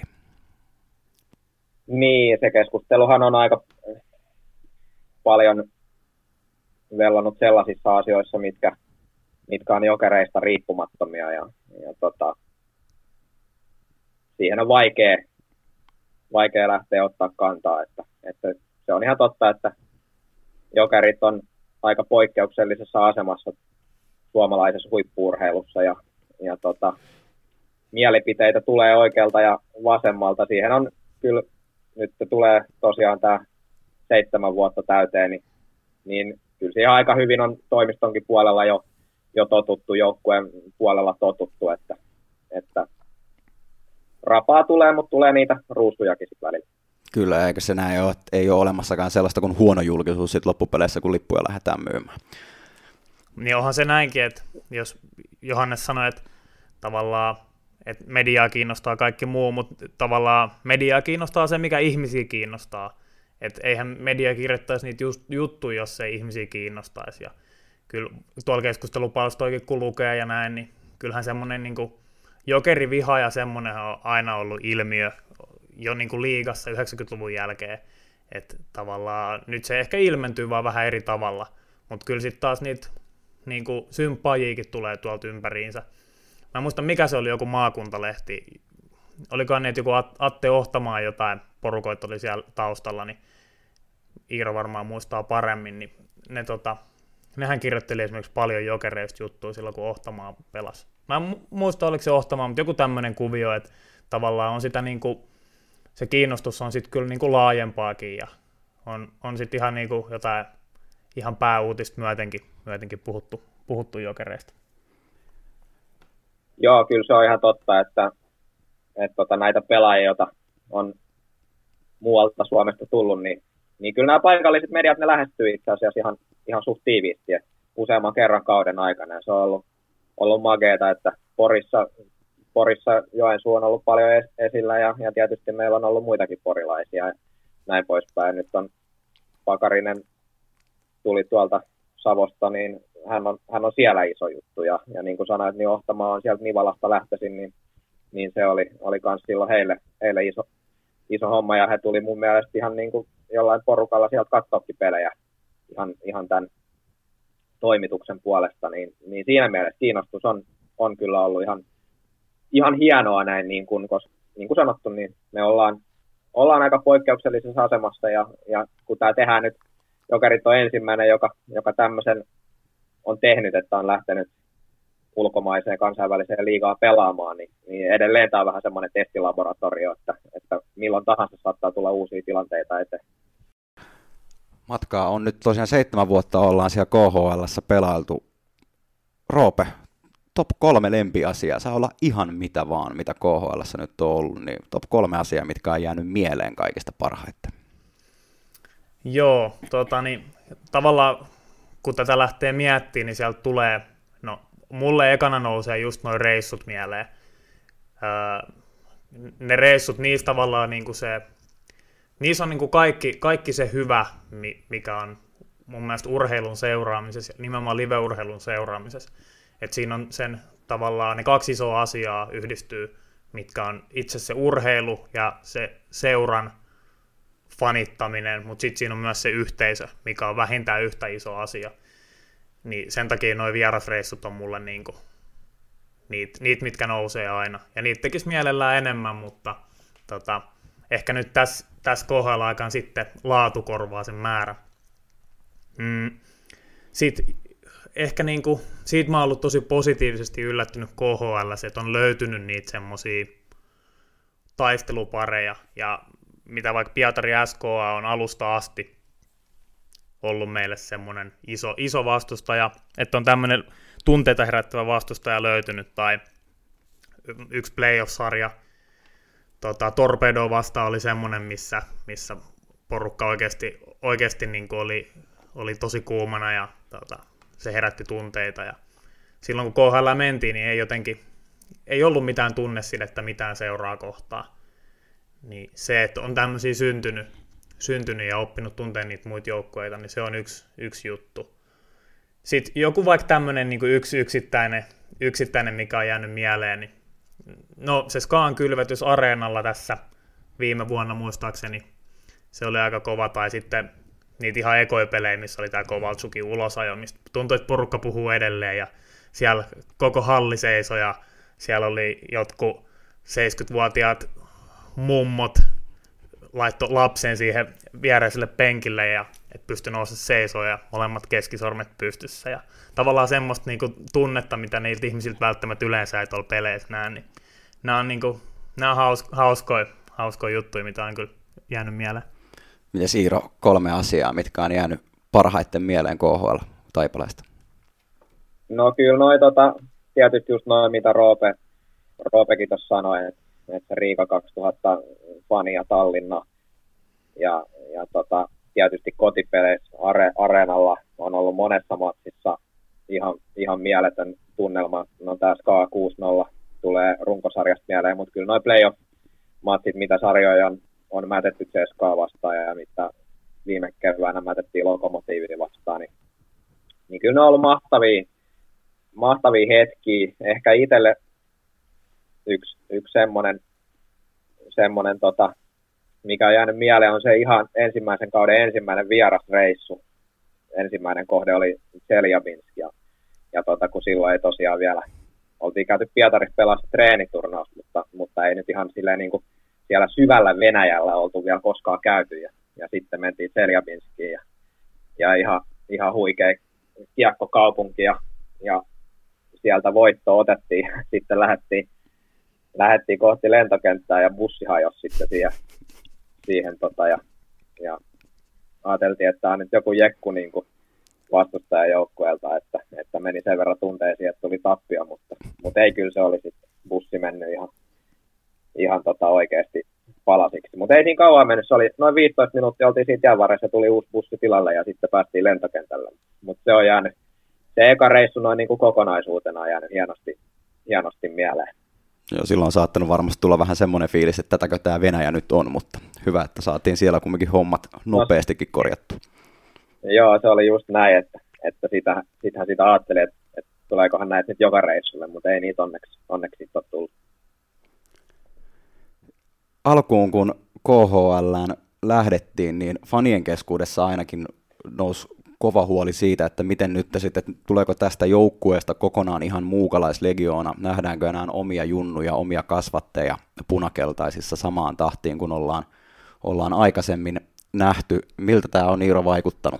Niin, se keskusteluhan on aika paljon vellonut sellaisissa asioissa, mitkä, mitkä on Jokereista riippumattomia, ja, ja tota, siihen on vaikea, vaikea lähteä ottaa kantaa, että, että se on ihan totta, että Jokerit on aika poikkeuksellisessa asemassa suomalaisessa huippu-urheilussa, ja, ja tota, mielipiteitä tulee oikealta ja vasemmalta. Siihen on kyllä, nyt tulee tosiaan tämä seitsemän vuotta täyteen, niin, niin kyllä siihen aika hyvin on toimistonkin puolella jo, jo totuttu, joukkueen puolella totuttu, että, että rapaa tulee, mutta tulee niitä ruusujakin sitten välillä. Kyllä, eikä se näin ole, ei ole olemassakaan sellaista kuin huono julkisuus sit loppupeleissä, kun lippuja lähdetään myymään. Niin onhan se näinkin, että jos Johannes sanoi, että tavallaan että mediaa kiinnostaa kaikki muu, mutta tavallaan mediaa kiinnostaa se, mikä ihmisiä kiinnostaa. Että eihän media kirjoittaisi niitä just, juttuja, jos ei ihmisiä kiinnostaisi. Ja kyllä tuolla keskustelupalstoikin kun lukee ja näin, niin kyllähän semmoinen niin kuin jokeriviha ja semmoinen on aina ollut ilmiö jo niin kuin liigassa yhdeksänkymmentäluvun jälkeen. Että tavallaan nyt se ehkä ilmentyy vaan vähän eri tavalla, mutta kyllä sitten taas niitä niin kuin symppaajiikin tulee tuolta ympäriinsä. Mä muistan, mikä se oli joku maakuntalehti. Olikohan ne, että joku Atte Ohtamaa jotain porukoita oli siellä taustalla, niin Iiro varmaan muistaa paremmin. Niin ne, tota, nehän kirjoitteli esimerkiksi paljon Jokereista juttuja silloin, kun Ohtamaa pelasi. Mä en muista, oliko se Ohtamaa, mutta joku tämmöinen kuvio, että tavallaan on sitä niin kuin, se kiinnostus on sitten kyllä niin kuin laajempaakin ja on, on sitten ihan niin kuin jotain ihan pääuutista myötenkin, myötenkin puhuttu, puhuttu Jokereista. Joo, kyllä se on ihan totta, että, että tota, näitä pelaajia, joita on muualta Suomesta tullut, niin, niin kyllä nämä paikalliset mediat, ne lähestyy itse asiassa ihan, ihan suht tiiviisti, useamman kerran kauden aikana. Ja se on ollut, ollut makeeta, että Porissa, Porissa Joensuu on ollut paljon esillä ja, ja tietysti meillä on ollut muitakin porilaisia ja näin poispäin. Nyt on Pakarinen tuli tuolta Savosta, niin hän on, hän on siellä iso juttu. Ja, ja niin kuin sanoit, niin Ohtamaa on sieltä Nivalasta lähtöisin, niin, niin se oli, oli kans silloin heille, heille iso, iso homma. Ja he tuli mun mielestä ihan niin kuin jollain porukalla sieltä katsoakin pelejä ihan, ihan tämän toimituksen puolesta. Niin, niin siinä mielessä kiinnostus on, on kyllä ollut ihan, ihan hienoa näin, niin kuin, koska niin kuin sanottu, niin me ollaan, ollaan aika poikkeuksellisessa asemassa. Ja, ja kun tämä tehdään nyt, Jokerit on ensimmäinen, joka, joka tämmöisen on tehnyt, että on lähtenyt ulkomaiseen kansainväliseen liigaan pelaamaan, niin, niin edelleen tämä on vähän semmoinen testilaboratorio, että, että milloin tahansa saattaa tulla uusia tilanteita eteen. Matkaa on nyt tosiaan seitsemän vuotta ollaan siellä K H L:ssä pelailtu. Roope, top kolme lempiasiaa, saa olla ihan mitä vaan, mitä K H L:ssä nyt on ollut, niin top kolme asiaa, mitkä on jäänyt mieleen kaikista parhaiten. Joo, tota, niin, tavallaan kun tätä lähtee miettimään, niin sieltä tulee, no mulle ekana nousee just noin reissut mieleen. Öö, ne reissut, niissä tavallaan niin kuin se, niissä on niin kuin kaikki, kaikki se hyvä, mikä on mun mielestä urheilun seuraamisessa, nimenomaan live-urheilun seuraamisessa. Et siinä on sen tavallaan, ne kaksi isoa asiaa yhdistyy, mitkä on itse se urheilu ja se seuran fanittaminen, mutta sitten siinä on myös se yhteisö, mikä on vähintään yhtä iso asia. Niin sen takia nuo vierasreissut on mulle niinku niitä, niit, mitkä nousee aina. Ja niitä tekisi mielellään enemmän, mutta tota, ehkä nyt tässä täs K H L-aikaan sitten laatu korvaa sen määrä. Mm. Sitten ehkä niinku, siitä mä oon ollut tosi positiivisesti yllättynyt K H L, että on löytynyt niitä semmosia taistelupareja ja mitä vaikka Pietari S K A on alusta asti ollut meille semmoinen iso, iso vastustaja, että on tämmöinen tunteita herättävä vastustaja löytynyt, tai yksi playoff-sarja, tota, Torpedo vastaan oli semmoinen, missä, missä porukka oikeasti, oikeasti niin kuin oli, oli tosi kuumana, ja tota, se herätti tunteita, ja silloin kun K H L mentiin, niin ei jotenkin, ei ollut mitään tunnesidettä mitään seuraa kohtaa. Niin se, että on tämmöisiä syntynyt, syntynyt ja oppinut tunteen niitä muita joukkueita, niin se on yksi, yksi juttu. Sitten joku vaikka tämmöinen niin yksi yksittäinen, yksittäinen, mikä on jäänyt mieleen, niin no se Skaan kylvetys areenalla tässä viime vuonna muistaakseni, se oli aika kova, tai sitten niitä ihan ekoja pelejä, missä oli tämä Kovaltsukin ulosajo, mistä tuntui, että porukka puhuu edelleen, ja siellä koko halli seisoi, ja siellä oli jotkut seitsemänkymmentävuotiaat mummot laittoi lapsen siihen viereiselle penkille, ja et pystyi nousemaan seisoon, ja molemmat keskisormet pystyssä, ja tavallaan semmoista niinku tunnetta, mitä niiltä ihmisiltä välttämättä yleensä ei tuolla peleissä näe, niin nämä on, niinku, nämä on haus, hauskoja, hauskoja juttuja, mitä on kyllä jäänyt mieleen. Miten Iiro, kolme asiaa, mitkä on jäänyt parhaiten mieleen K H L-taipaleesta? No kyllä noi tota, tietysti just noin, mitä Roope, Roopekin tuossa sanoi, että, että Riika kaksituhatta fania Tallinna ja, ja tota, tietysti kotipeleissä are, areenalla on ollut monessa matsissa ihan, ihan mieletön tunnelma. No tää Ska kuusi nolla tulee runkosarjasta mieleen, mutta kyllä noi playoff-matsit, mitä sarjoja on, on mätetty C S K A vastaan ja mitä viime keväänä mätettiin Lokomotiivia vastaan, niin, niin kyllä ne on ollut mahtavia, mahtavia hetkiä. Ehkä itselle yksi, yksi semmoinen, semmoinen tota, mikä on jäänyt mieleen, on se ihan ensimmäisen kauden ensimmäinen vierasreissu. Ensimmäinen kohde oli Tseljabinsk, ja, ja tota, kun silloin ei tosiaan vielä, oltiin käyty Pietarissa pelasta treeniturnaus, mutta, mutta ei nyt ihan silleen niin kuin siellä syvällä Venäjällä oltu vielä koskaan käyty, ja, ja sitten mentiin Tseljabinskiin, ja, ja ihan, ihan huikea kiekkokaupunki, ja, ja sieltä voitto otettiin, sitten lähdettiin, lähdettiin kohti lentokenttää, ja bussi hajosi sitten siihen, siihen tota, ja, ja ajateltiin, että tämä on nyt joku jekku niin kuin vastustajajoukkueelta, että, että meni sen verran tunteisiin, että tuli tappio, mutta, mutta ei, kyllä se oli sitten bussi mennyt ihan, ihan tota oikeasti palasiksi. Mutta ei niin kauan mennyt, se oli noin viisitoista minuuttia, oltiin siinä tien varressa, tuli uusi bussi tilalle ja sitten päästiin lentokentälle. Mutta se on jäänyt, se eka reissu noin niin kuin kokonaisuutena on jäänyt hienosti, hienosti mieleen. Joo, silloin on saattanut varmasti tulla vähän semmoinen fiilis, että tätäkö tämä Venäjä nyt on, mutta hyvä, että saatiin siellä kumminkin hommat nopeastikin korjattu. Joo, se oli just näin, että, että sitä, sitähän sitä ajattelin, että, että tuleekohan näitä nyt joka reissulle, mutta ei niitä onneksi, onneksi sitten ole tullut. Alkuun kun K H L:ään lähdettiin, niin fanien keskuudessa ainakin nousi kova huoli siitä, että miten nyt sitten, tuleeko tästä joukkueesta kokonaan ihan muukalaislegioona, nähdäänkö enää omia junnuja, omia kasvatteja punakeltaisissa samaan tahtiin, kun ollaan, ollaan aikaisemmin nähty. Miltä tämä on, Iiro, vaikuttanut,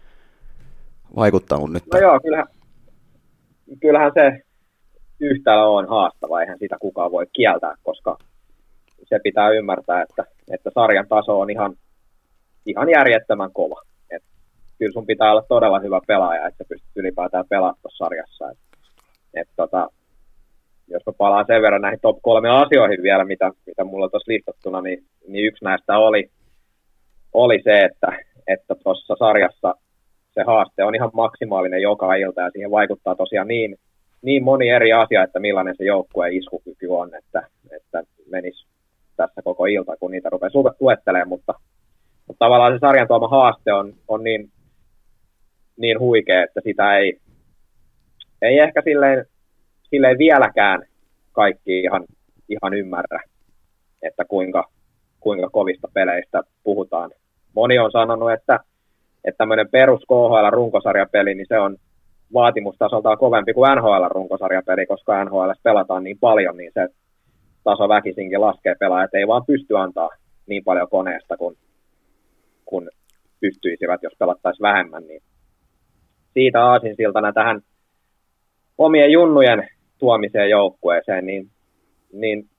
vaikuttanut nyt? No joo, kyllähän, kyllähän se yhtälö on haastava, eihän sitä kukaan voi kieltää, koska se pitää ymmärtää, että, että sarjan taso on ihan, ihan järjettömän kova. Et kyllä sun pitää olla todella hyvä pelaaja, että pystyt ylipäätään pelaamaan tuossa sarjassa. Et, et tota, jos mä palaan sen verran näihin top kolme asioihin vielä, mitä, mitä mulla on tuossa listattuna, niin, niin yksi näistä oli, oli se, että että tuossa sarjassa se haaste on ihan maksimaalinen joka ilta, ja siihen vaikuttaa tosiaan niin, niin moni eri asia, että millainen se joukkueen iskukyky on, että, että menisi tässä koko ilta, kun niitä rupeaa luettelemaan, mutta, mutta tavallaan se sarjan tuoma haaste on, on niin, niin huikea, että sitä ei, ei ehkä silleen, silleen vieläkään kaikki ihan, ihan ymmärrä, että kuinka, kuinka kovista peleistä puhutaan. Moni on sanonut, että, että tämmöinen perus K H L-runkosarjapeli, niin se on vaatimustasoltaan kovempi kuin N H L-runkosarjapeli, koska N H L pelataan niin paljon, niin se taso väkisinkin laskee pelaajat, ei vaan pysty antaa niin paljon koneesta kuin, kuin pystyisivät, jos pelattaisiin vähemmän. Niin siitä aasinsiltana tähän omien junnujen tuomiseen joukkueeseen, niin, niin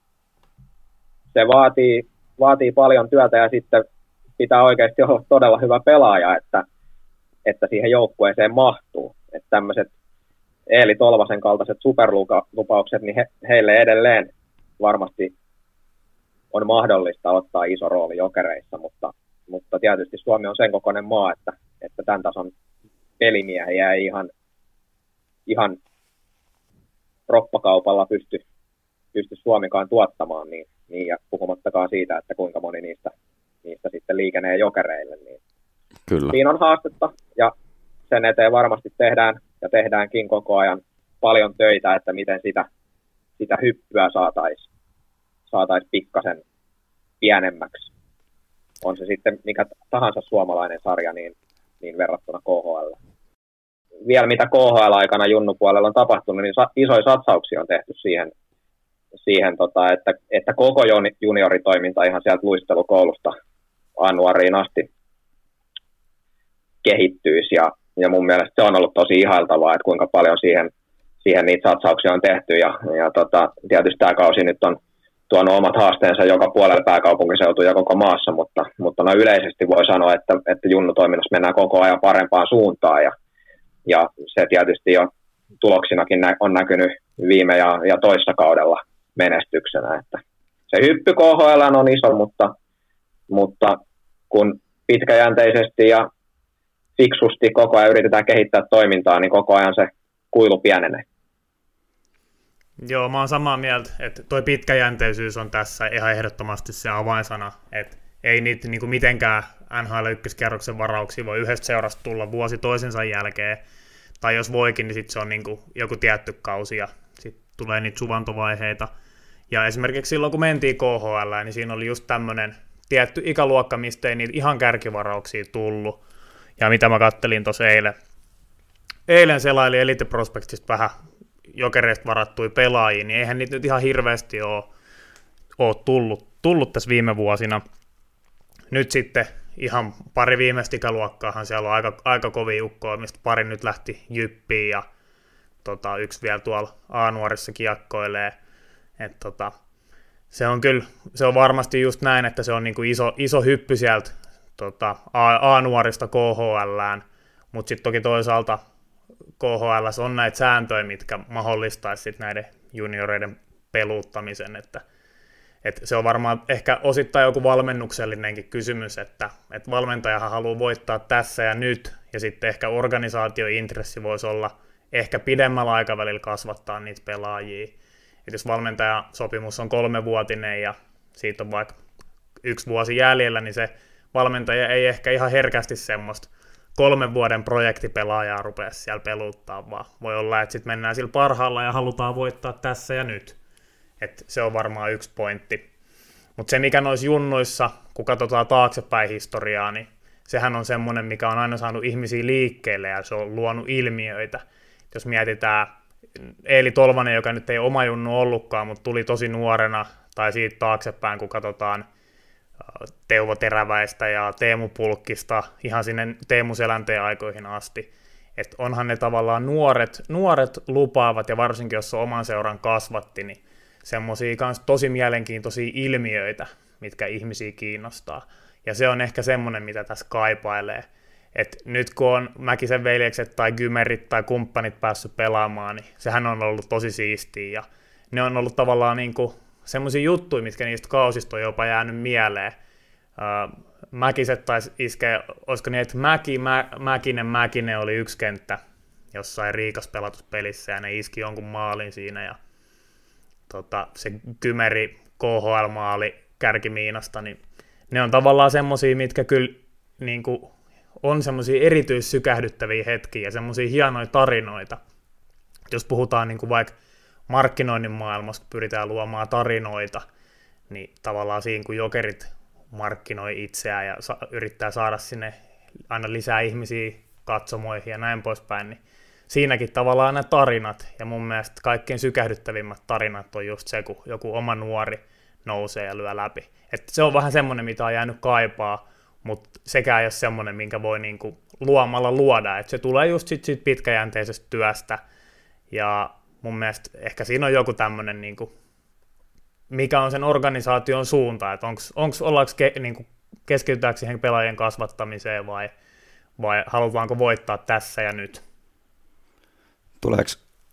se vaatii, vaatii paljon työtä, ja sitten pitää oikeasti olla todella hyvä pelaaja, että, että siihen joukkueeseen mahtuu. Että tämmöiset Eeli Tolvasen kaltaiset superlupaukset, niin he, heille edelleen varmasti on mahdollista ottaa iso rooli Jokereissa, mutta, mutta tietysti Suomi on sen kokoinen maa, että, että tämän tason pelimiehiä ei ihan, ihan roppakaupalla pysty, pysty Suomikaan tuottamaan, niin, niin ja puhumattakaan siitä, että kuinka moni niistä niistä sitten liikenee Jokereille. Niin Kyllä. Siinä on haastetta ja sen eteen varmasti tehdään ja tehdäänkin koko ajan paljon töitä, että miten sitä, sitä hyppyä saataisiin saatais pikkasen pienemmäksi. On se sitten mikä tahansa suomalainen sarja niin, niin verrattuna K H L. Vielä mitä K H L-aikana junnupuolella on tapahtunut, niin isoja satsauksia on tehty siihen, siihen tota, että, että koko junioritoiminta ihan sieltä luistelukoulusta A-nuoriin asti kehittyisi. Ja, ja mun mielestä se on ollut tosi ihailtavaa, että kuinka paljon siihen, siihen niitä satsauksia on tehty. Ja, ja tota, tietysti tämä kausi nyt on tuonut omat haasteensa joka puolella pääkaupunkiseutua ja koko maassa, mutta, mutta no yleisesti voi sanoa, että, että junnutoiminnassa mennään koko ajan parempaan suuntaan. Ja, ja se tietysti jo tuloksinakin on näkynyt viime ja, ja toissa kaudella menestyksenä. Että se hyppy K H L on iso, mutta, mutta kun pitkäjänteisesti ja fiksusti koko ajan yritetään kehittää toimintaa, niin koko ajan se kuilu pienenee. Joo, mä oon samaa mieltä, että toi pitkäjänteisyys on tässä ihan ehdottomasti se avainsana, että ei niitä niin kuin mitenkään N H L ykköskerroksen varauksia voi yhdestä seurasta tulla vuosi toisensa jälkeen, tai jos voikin, niin sitten se on niin kuin joku tietty kausi ja sitten tulee niitä suvantovaiheita. Ja esimerkiksi silloin, kun mentiin K H L, niin siinä oli just tämmöinen tietty ikäluokka, mistä ei niitä ihan kärkivarauksia tullut. Ja mitä mä kattelin tuossa eilen, eilen selaili Elite Prospectsista vähän Jokereista varattuja pelaajia, niin eihän niitä nyt ihan hirveästi ole, ole tullut, tullut tässä viime vuosina. Nyt sitten ihan pari viimeistä ikäluokkaahan siellä on aika, aika kovia ukkoja, mistä pari nyt lähti jyppiin ja tota, yksi vielä tuolla A-nuorissa kiekkoilee. Et, tota, se on kyllä, se on varmasti just näin, että se on niinku iso, iso hyppy sieltä tota, A-nuorista K H L:ään, mutta sitten toki toisaalta K H L on näitä sääntöjä, mitkä mahdollistaisivat näiden junioreiden peluuttamisen, että, että se on varmaan ehkä osittain joku valmennuksellinenkin kysymys, että, että valmentajahan haluaa voittaa tässä ja nyt, ja sitten ehkä organisaatiointressi voisi olla ehkä pidemmällä aikavälillä kasvattaa niitä pelaajia. Et jos valmentajasopimus on kolmevuotinen ja siitä on vaikka yksi vuosi jäljellä, niin se valmentaja ei ehkä ihan herkästi semmoista kolmen vuoden projektipelaajaa rupea siellä peluttaa, vaan voi olla, että sitten mennään sillä parhaalla ja halutaan voittaa tässä ja nyt. Et se on varmaan yksi pointti. Mutta se, mikä noissa junnuissa, kun katsotaan taaksepäin historiaa, niin sehän on semmoinen, mikä on aina saanut ihmisiä liikkeelle ja se on luonut ilmiöitä. Jos mietitään Eeli Tolvanen, joka nyt ei oma junnu ollutkaan, mutta tuli tosi nuorena, tai siitä taaksepäin, kun katsotaan Teuvo Teräväistä ja Teemu Pulkkista ihan sinne Teemu Selänteen aikoihin asti. Et onhan ne tavallaan nuoret, nuoret lupaavat, ja varsinkin jos on oman seuran kasvatti, niin semmoisia kans tosi mielenkiintoisia ilmiöitä, mitkä ihmisiä kiinnostaa. Ja se on ehkä semmoinen, mitä tässä kaipailee. Et nyt kun on Mäkisen veljekset tai Gymerit tai kumppanit päässyt pelaamaan, niin sehän on ollut tosi siistiä. Ja ne on ollut tavallaan niinku semmoisia juttuja, mitkä niistä kausista on jopa jäänyt mieleen. Uh, Mäkiset taisi iskeä, olisiko niin, että Mäki, Mä, Mäkinen, Mäkinen oli yksi kenttä jossain Riikas pelatuspelissä, ja ne iski jonkun maalin siinä, ja tota, se Kymeri K H L-maali kärkimiinasta, niin ne on tavallaan semmosia, mitkä kyllä niin kuin, on semmosia erityissykähdyttäviä hetkiä ja semmosia hienoja tarinoita. Jos puhutaan niin kuin vaikka markkinoinnin maailmassa, kun pyritään luomaan tarinoita, niin tavallaan siinä, kun Jokerit markkinoi itseään ja sa- yrittää saada sinne aina lisää ihmisiä katsomoihin ja näin poispäin, niin siinäkin tavallaan nämä tarinat, ja mun mielestä kaikkein sykähdyttävimmät tarinat on just se, kun joku oma nuori nousee ja lyö läpi. Että se on vähän semmoinen, mitä on jäänyt kaipaa, mutta sekään ei ole semmoinen, minkä voi niinku luomalla luoda. Että se tulee just sit siitä pitkäjänteisestä työstä, ja mun mielestä ehkä siinä on joku tämmöinen, niinku, mikä on sen organisaation suunta, että onks, onks, ollaanko ke, niinku, keskitytäänkö siihen pelaajien kasvattamiseen vai, vai halutaanko voittaa tässä ja nyt? Tuleeko,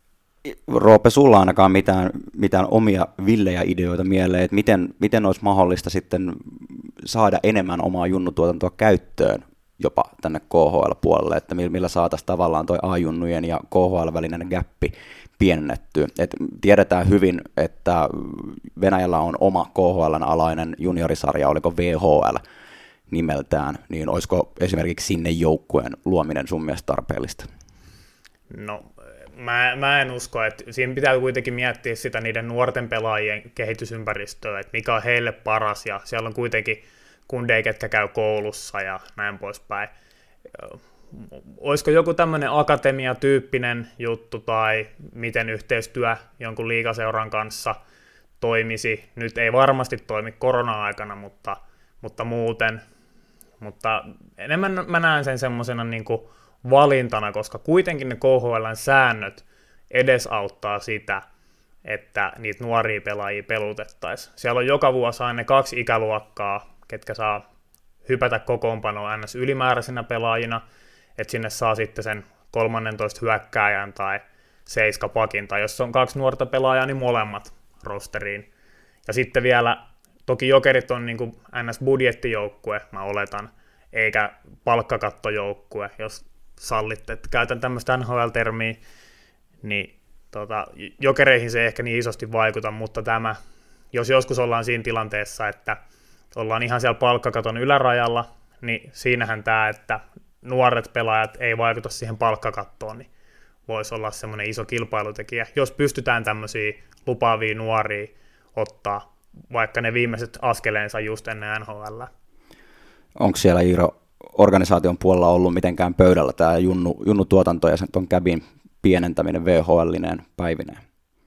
Roope, sulla ainakaan mitään, mitään omia villejä ideoita mieleen, että miten, miten olisi mahdollista sitten saada enemmän omaa junnutuotantoa käyttöön jopa tänne K H L-puolelle, että millä saataisiin tavallaan toi A-junnujen ja K H L-välinen gäppi pienennettyä. Et tiedetään hyvin, että Venäjällä on oma K H L:n alainen juniorisarja, oliko V H L, nimeltään, niin olisiko esimerkiksi sinne joukkueen luominen sun mielestä tarpeellista? No, mä, mä en usko, että siinä pitää kuitenkin miettiä sitä niiden nuorten pelaajien kehitysympäristöä, että mikä on heille paras, ja siellä on kuitenkin kundeja, ketkä käy koulussa ja näin poispäin. Olisiko joku tämmöinen akatemiatyyppinen juttu tai miten yhteistyö jonkun liigaseuran kanssa toimisi? Nyt ei varmasti toimi korona-aikana, mutta, mutta muuten. Mutta enemmän mä näen sen semmoisena niin kuin valintana, koska kuitenkin ne K H L:n säännöt edesauttaa sitä, että niitä nuoria pelaajia pelutettaisiin. Siellä on joka vuosi aina kaksi ikäluokkaa, ketkä saa hypätä kokoonpanoon ns. Ylimääräisenä pelaajina, että sinne saa sitten sen kolmannentoista hyökkääjän tai seiskapakin, tai jos on kaksi nuorta pelaajaa, niin molemmat rosteriin. Ja sitten vielä, toki Jokerit on niin kuin ns. Budjettijoukkue, mä oletan, eikä palkkakattojoukkue, jos sallitte, että käytän tämmöistä N H L-termiä, niin tota, Jokereihin se ei ehkä niin isosti vaikuta, mutta tämä, jos joskus ollaan siinä tilanteessa, että ollaan ihan siellä palkkakaton ylärajalla, niin siinähän tämä, että nuoret pelaajat ei vaikuta siihen palkkakattoon, niin voisi olla semmoinen iso kilpailutekijä, jos pystytään tämmöisiä lupaavia nuoria ottaa, vaikka ne viimeiset askeleensa just ennen N H L. Onko siellä Iiro organisaation puolella ollut mitenkään pöydällä tämä junnu, junnutuotanto ja sen ton käbin pienentäminen V H L-ineen päivineen?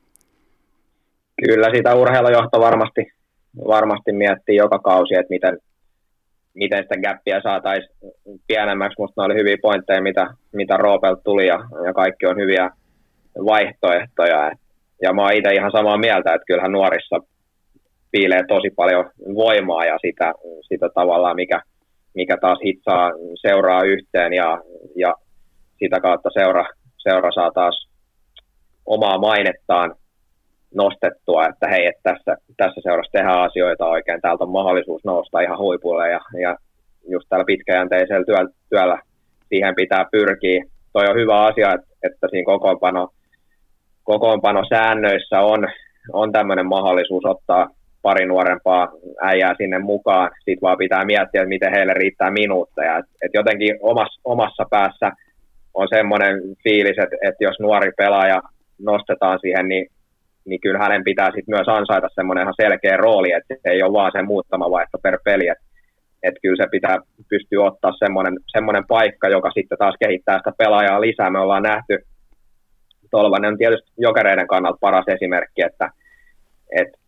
Kyllä sitä urheilujohto varmasti, varmasti miettii joka kausi, että miten, miten sitä gappia saataisiin pienemmäksi. Musta ne oli hyviä pointteja, mitä, mitä Roopelta tuli, ja, ja kaikki on hyviä vaihtoehtoja. Et, ja mä oon itse ihan samaa mieltä, että kyllähän nuorissa piilee tosi paljon voimaa ja sitä, sitä tavallaan, mikä, mikä taas hitsaa seuraa yhteen, ja, ja sitä kautta seura, seura saa taas omaa mainettaan nostettua, että hei, että tässä, tässä seurassa tehdään asioita oikein, täältä on mahdollisuus nousta ihan huipulle, ja, ja just tällä pitkäjänteisellä työllä, työllä siihen pitää pyrkiä. Toi on hyvä asia, että, että siinä kokoonpano, kokoonpanosäännöissä on, on tämmöinen mahdollisuus ottaa pari nuorempaa äijää sinne mukaan. Sitten vaan pitää miettiä, että miten heille riittää minuutteja. Et, et jotenkin omassa, omassa päässä on semmoinen fiilis, että, että jos nuori pelaaja nostetaan siihen, niin niin kyllä hänen pitää sitten myös ansaita semmoinen ihan selkeä rooli, että se ei ole vaan se muuttama vaihto per peli, että et kyllä se pitää pystyä ottaa semmoinen, semmoinen paikka, joka sitten taas kehittää sitä pelaajaa lisää. Me ollaan nähty, Tolvanen on tietysti Jokereiden kannalta paras esimerkki, että, että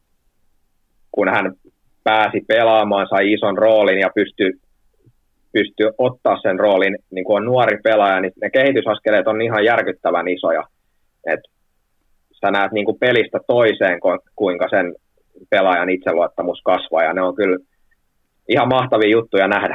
kun hän pääsi pelaamaan, sai ison roolin ja pystyi pystyi ottaa sen roolin, niin kuin on nuori pelaaja, niin ne kehitysaskeleet on ihan järkyttävän isoja, että sä näet niin kuin pelistä toiseen, kuinka sen pelaajan itseluottamus kasvaa, ja ne on kyllä ihan mahtavia juttuja nähdä.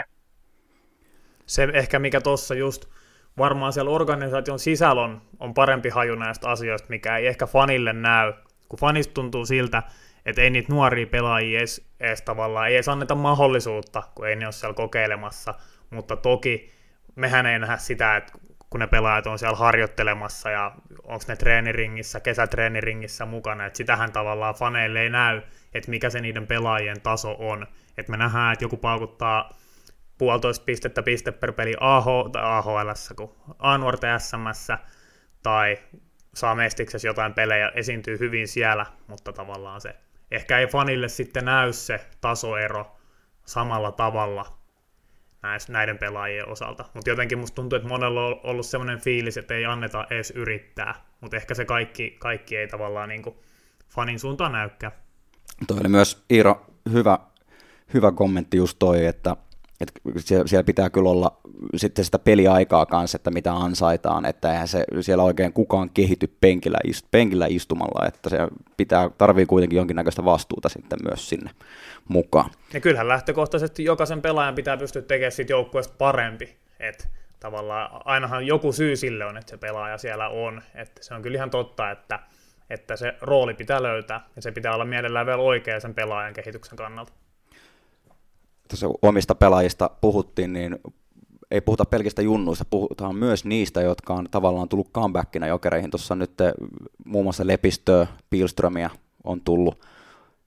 Se ehkä mikä tuossa just varmaan siellä organisaation sisällä on, on parempi haju näistä asioista, mikä ei ehkä fanille näy, kun fanista tuntuu siltä, että ei niitä nuoria pelaajia edes, edes tavallaan, ei edes anneta mahdollisuutta, kun ei ne ole siellä kokeilemassa, mutta toki mehän ei nähdä sitä, että kun ne pelaajat on siellä harjoittelemassa ja onko ne treeniringissä, kesätreeniringissä mukana, että sitähän tavallaan faneille ei näy, että mikä se niiden pelaajien taso on. Että me nähdään, että joku paukuttaa puolitoista pistettä piste per peli A H, tai A H L:ssä kuin A-nuorten S M:ssä, tai saa mestiksessä jotain pelejä, esiintyy hyvin siellä, mutta tavallaan se ehkä ei fanille sitten näy se tasoero samalla tavalla näiden pelaajien osalta. Mutta jotenkin musta tuntuu, että monella on ollut sellainen fiilis, että ei anneta edes yrittää. Mutta ehkä se kaikki, kaikki ei tavallaan niin kuin fanin suuntaan näykään. Toi oli myös, Iiro, hyvä, hyvä kommentti just toi, että, että siellä pitää kyllä olla sitten sitä peliaikaa kanssa, että mitä ansaitaan, että eihän se siellä oikein kukaan kehity penkillä, penkillä istumalla, että se pitää, tarvii kuitenkin jonkinnäköistä vastuuta sitten myös sinne mukaan. Ja kyllähän lähtökohtaisesti jokaisen pelaajan pitää pystyä tekemään siitä joukkueesta parempi, että tavallaan ainahan joku syy sille on, että se pelaaja siellä on, että se on kyllä ihan totta, että, että se rooli pitää löytää, ja se pitää olla mielellään vielä oikea sen pelaajan kehityksen kannalta. Tuossa omista pelaajista puhuttiin, niin ei puhuta pelkistä junnuista, puhutaan myös niistä, jotka on tavallaan tullut comebackina Jokereihin. Tuossa nyt muun muassa Lepistöä, Pilströmiä on tullut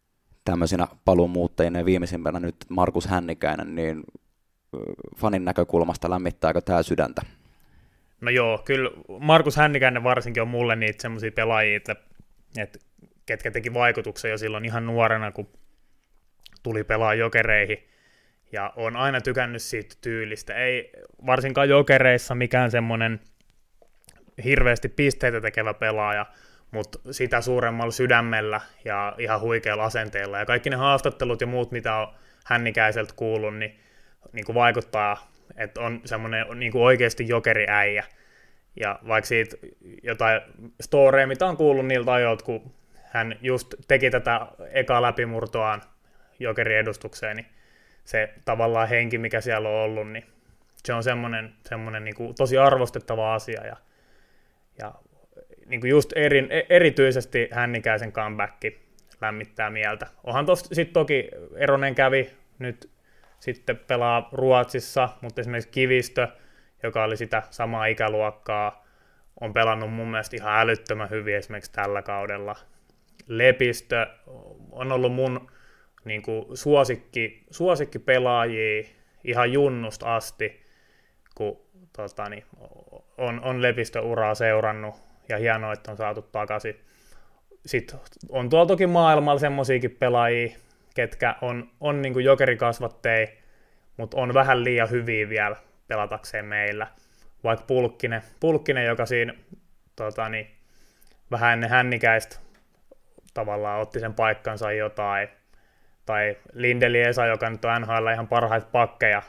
tämmöisinä paluumuuttajina ja viimeisimpänä nyt Markus Hännikäinen, niin fanin näkökulmasta lämmittääkö tämä sydäntä? No joo, kyllä Markus Hännikäinen varsinkin on mulle niitä semmoisia pelaajia, että, että ketkä teki vaikutuksen jo silloin ihan nuorena, kun tuli pelaa Jokereihin, ja on aina tykännyt siitä tyylistä. Ei varsinkaan Jokereissa mikään semmoinen hirveästi pisteitä tekevä pelaaja, mutta sitä suuremmalla sydämellä ja ihan huikealla asenteella. Ja kaikki ne haastattelut ja muut, mitä on Hännikäiseltä kuullut, niin, niin kuin vaikuttaa, että on semmoinen niin kuin oikeasti jokeriäijä. Ja vaikka siitä jotain storeja, mitä on kuullut niiltä ajoilta, kun hän just teki tätä ekaa läpimurtoaan jokeriedustukseen, niin se tavallaan henki, mikä siellä on ollut, niin se on semmoinen, semmoinen niin kuin tosi arvostettava asia. Ja, ja niin kuin just eri, erityisesti Hännikäisen comeback lämmittää mieltä. Onhan tossa sitten toki Eronen kävi nyt sitten pelaa Ruotsissa, mutta esimerkiksi Kivistö, joka oli sitä samaa ikäluokkaa, on pelannut mun mielestä ihan älyttömän hyvin esimerkiksi tällä kaudella. Lepistö on ollut mun niin kuin suosikki, suosikkipelaajia ihan junnusta asti, kun tota, niin, on, on Lepistö-uraa seurannut, ja hienoa, että on saatu takaisin. Sitten on tuolla toki maailmalla semmoisiakin pelaajia, ketkä on, on niin kuin jokerikasvatteja, mutta on vähän liian hyviä vielä pelatakseen meillä. Vaikka Pulkkinen, Pulkkinen joka siinä tota, niin, vähän ennen Hännikäistä tavallaan otti sen paikkansa jotain, tai Lindeli Esa, joka nyt on N H L ihan parhaita pakkeja,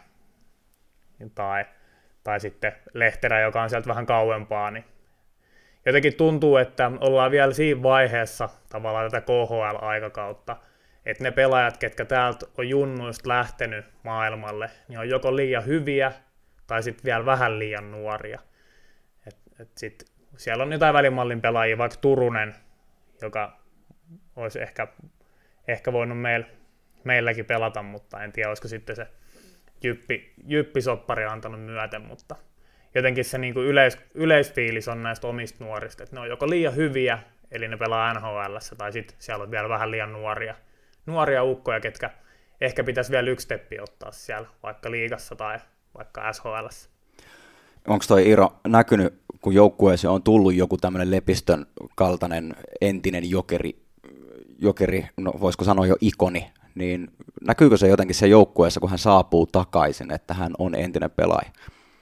tai, tai sitten Lehterä, joka on sieltä vähän kauempaa, niin jotenkin tuntuu, että ollaan vielä siinä vaiheessa tavallaan tätä K H L-aikakautta, että ne pelaajat, ketkä täältä on junnuista lähtenyt maailmalle, niin on joko liian hyviä tai sitten vielä vähän liian nuoria. Et, et sit siellä on jotain välimallin pelaajia, vaikka Turunen, joka olisi ehkä, ehkä voinut meil, meilläkin pelata, mutta en tiedä, olisiko sitten se jyppi, jyppisoppari antanut myöten, mutta jotenkin se niin kuin yleis, yleisfiilis on näistä omista nuorista, että ne on joko liian hyviä, eli ne pelaa N H L:ssä, tai sitten siellä on vielä vähän liian nuoria, nuoria ukkoja, ketkä ehkä pitäisi vielä yksi steppi ottaa siellä, vaikka liigassa tai vaikka S H L:ssä. Onko toi Iiro näkynyt, kun joukkueeseen on tullut joku tämmöinen Lepistön kaltainen entinen jokeri, jokeri, no voisiko sanoa jo ikoni, niin näkyykö se jotenkin se joukkueessa, kun hän saapuu takaisin, että hän on entinen pelaaja?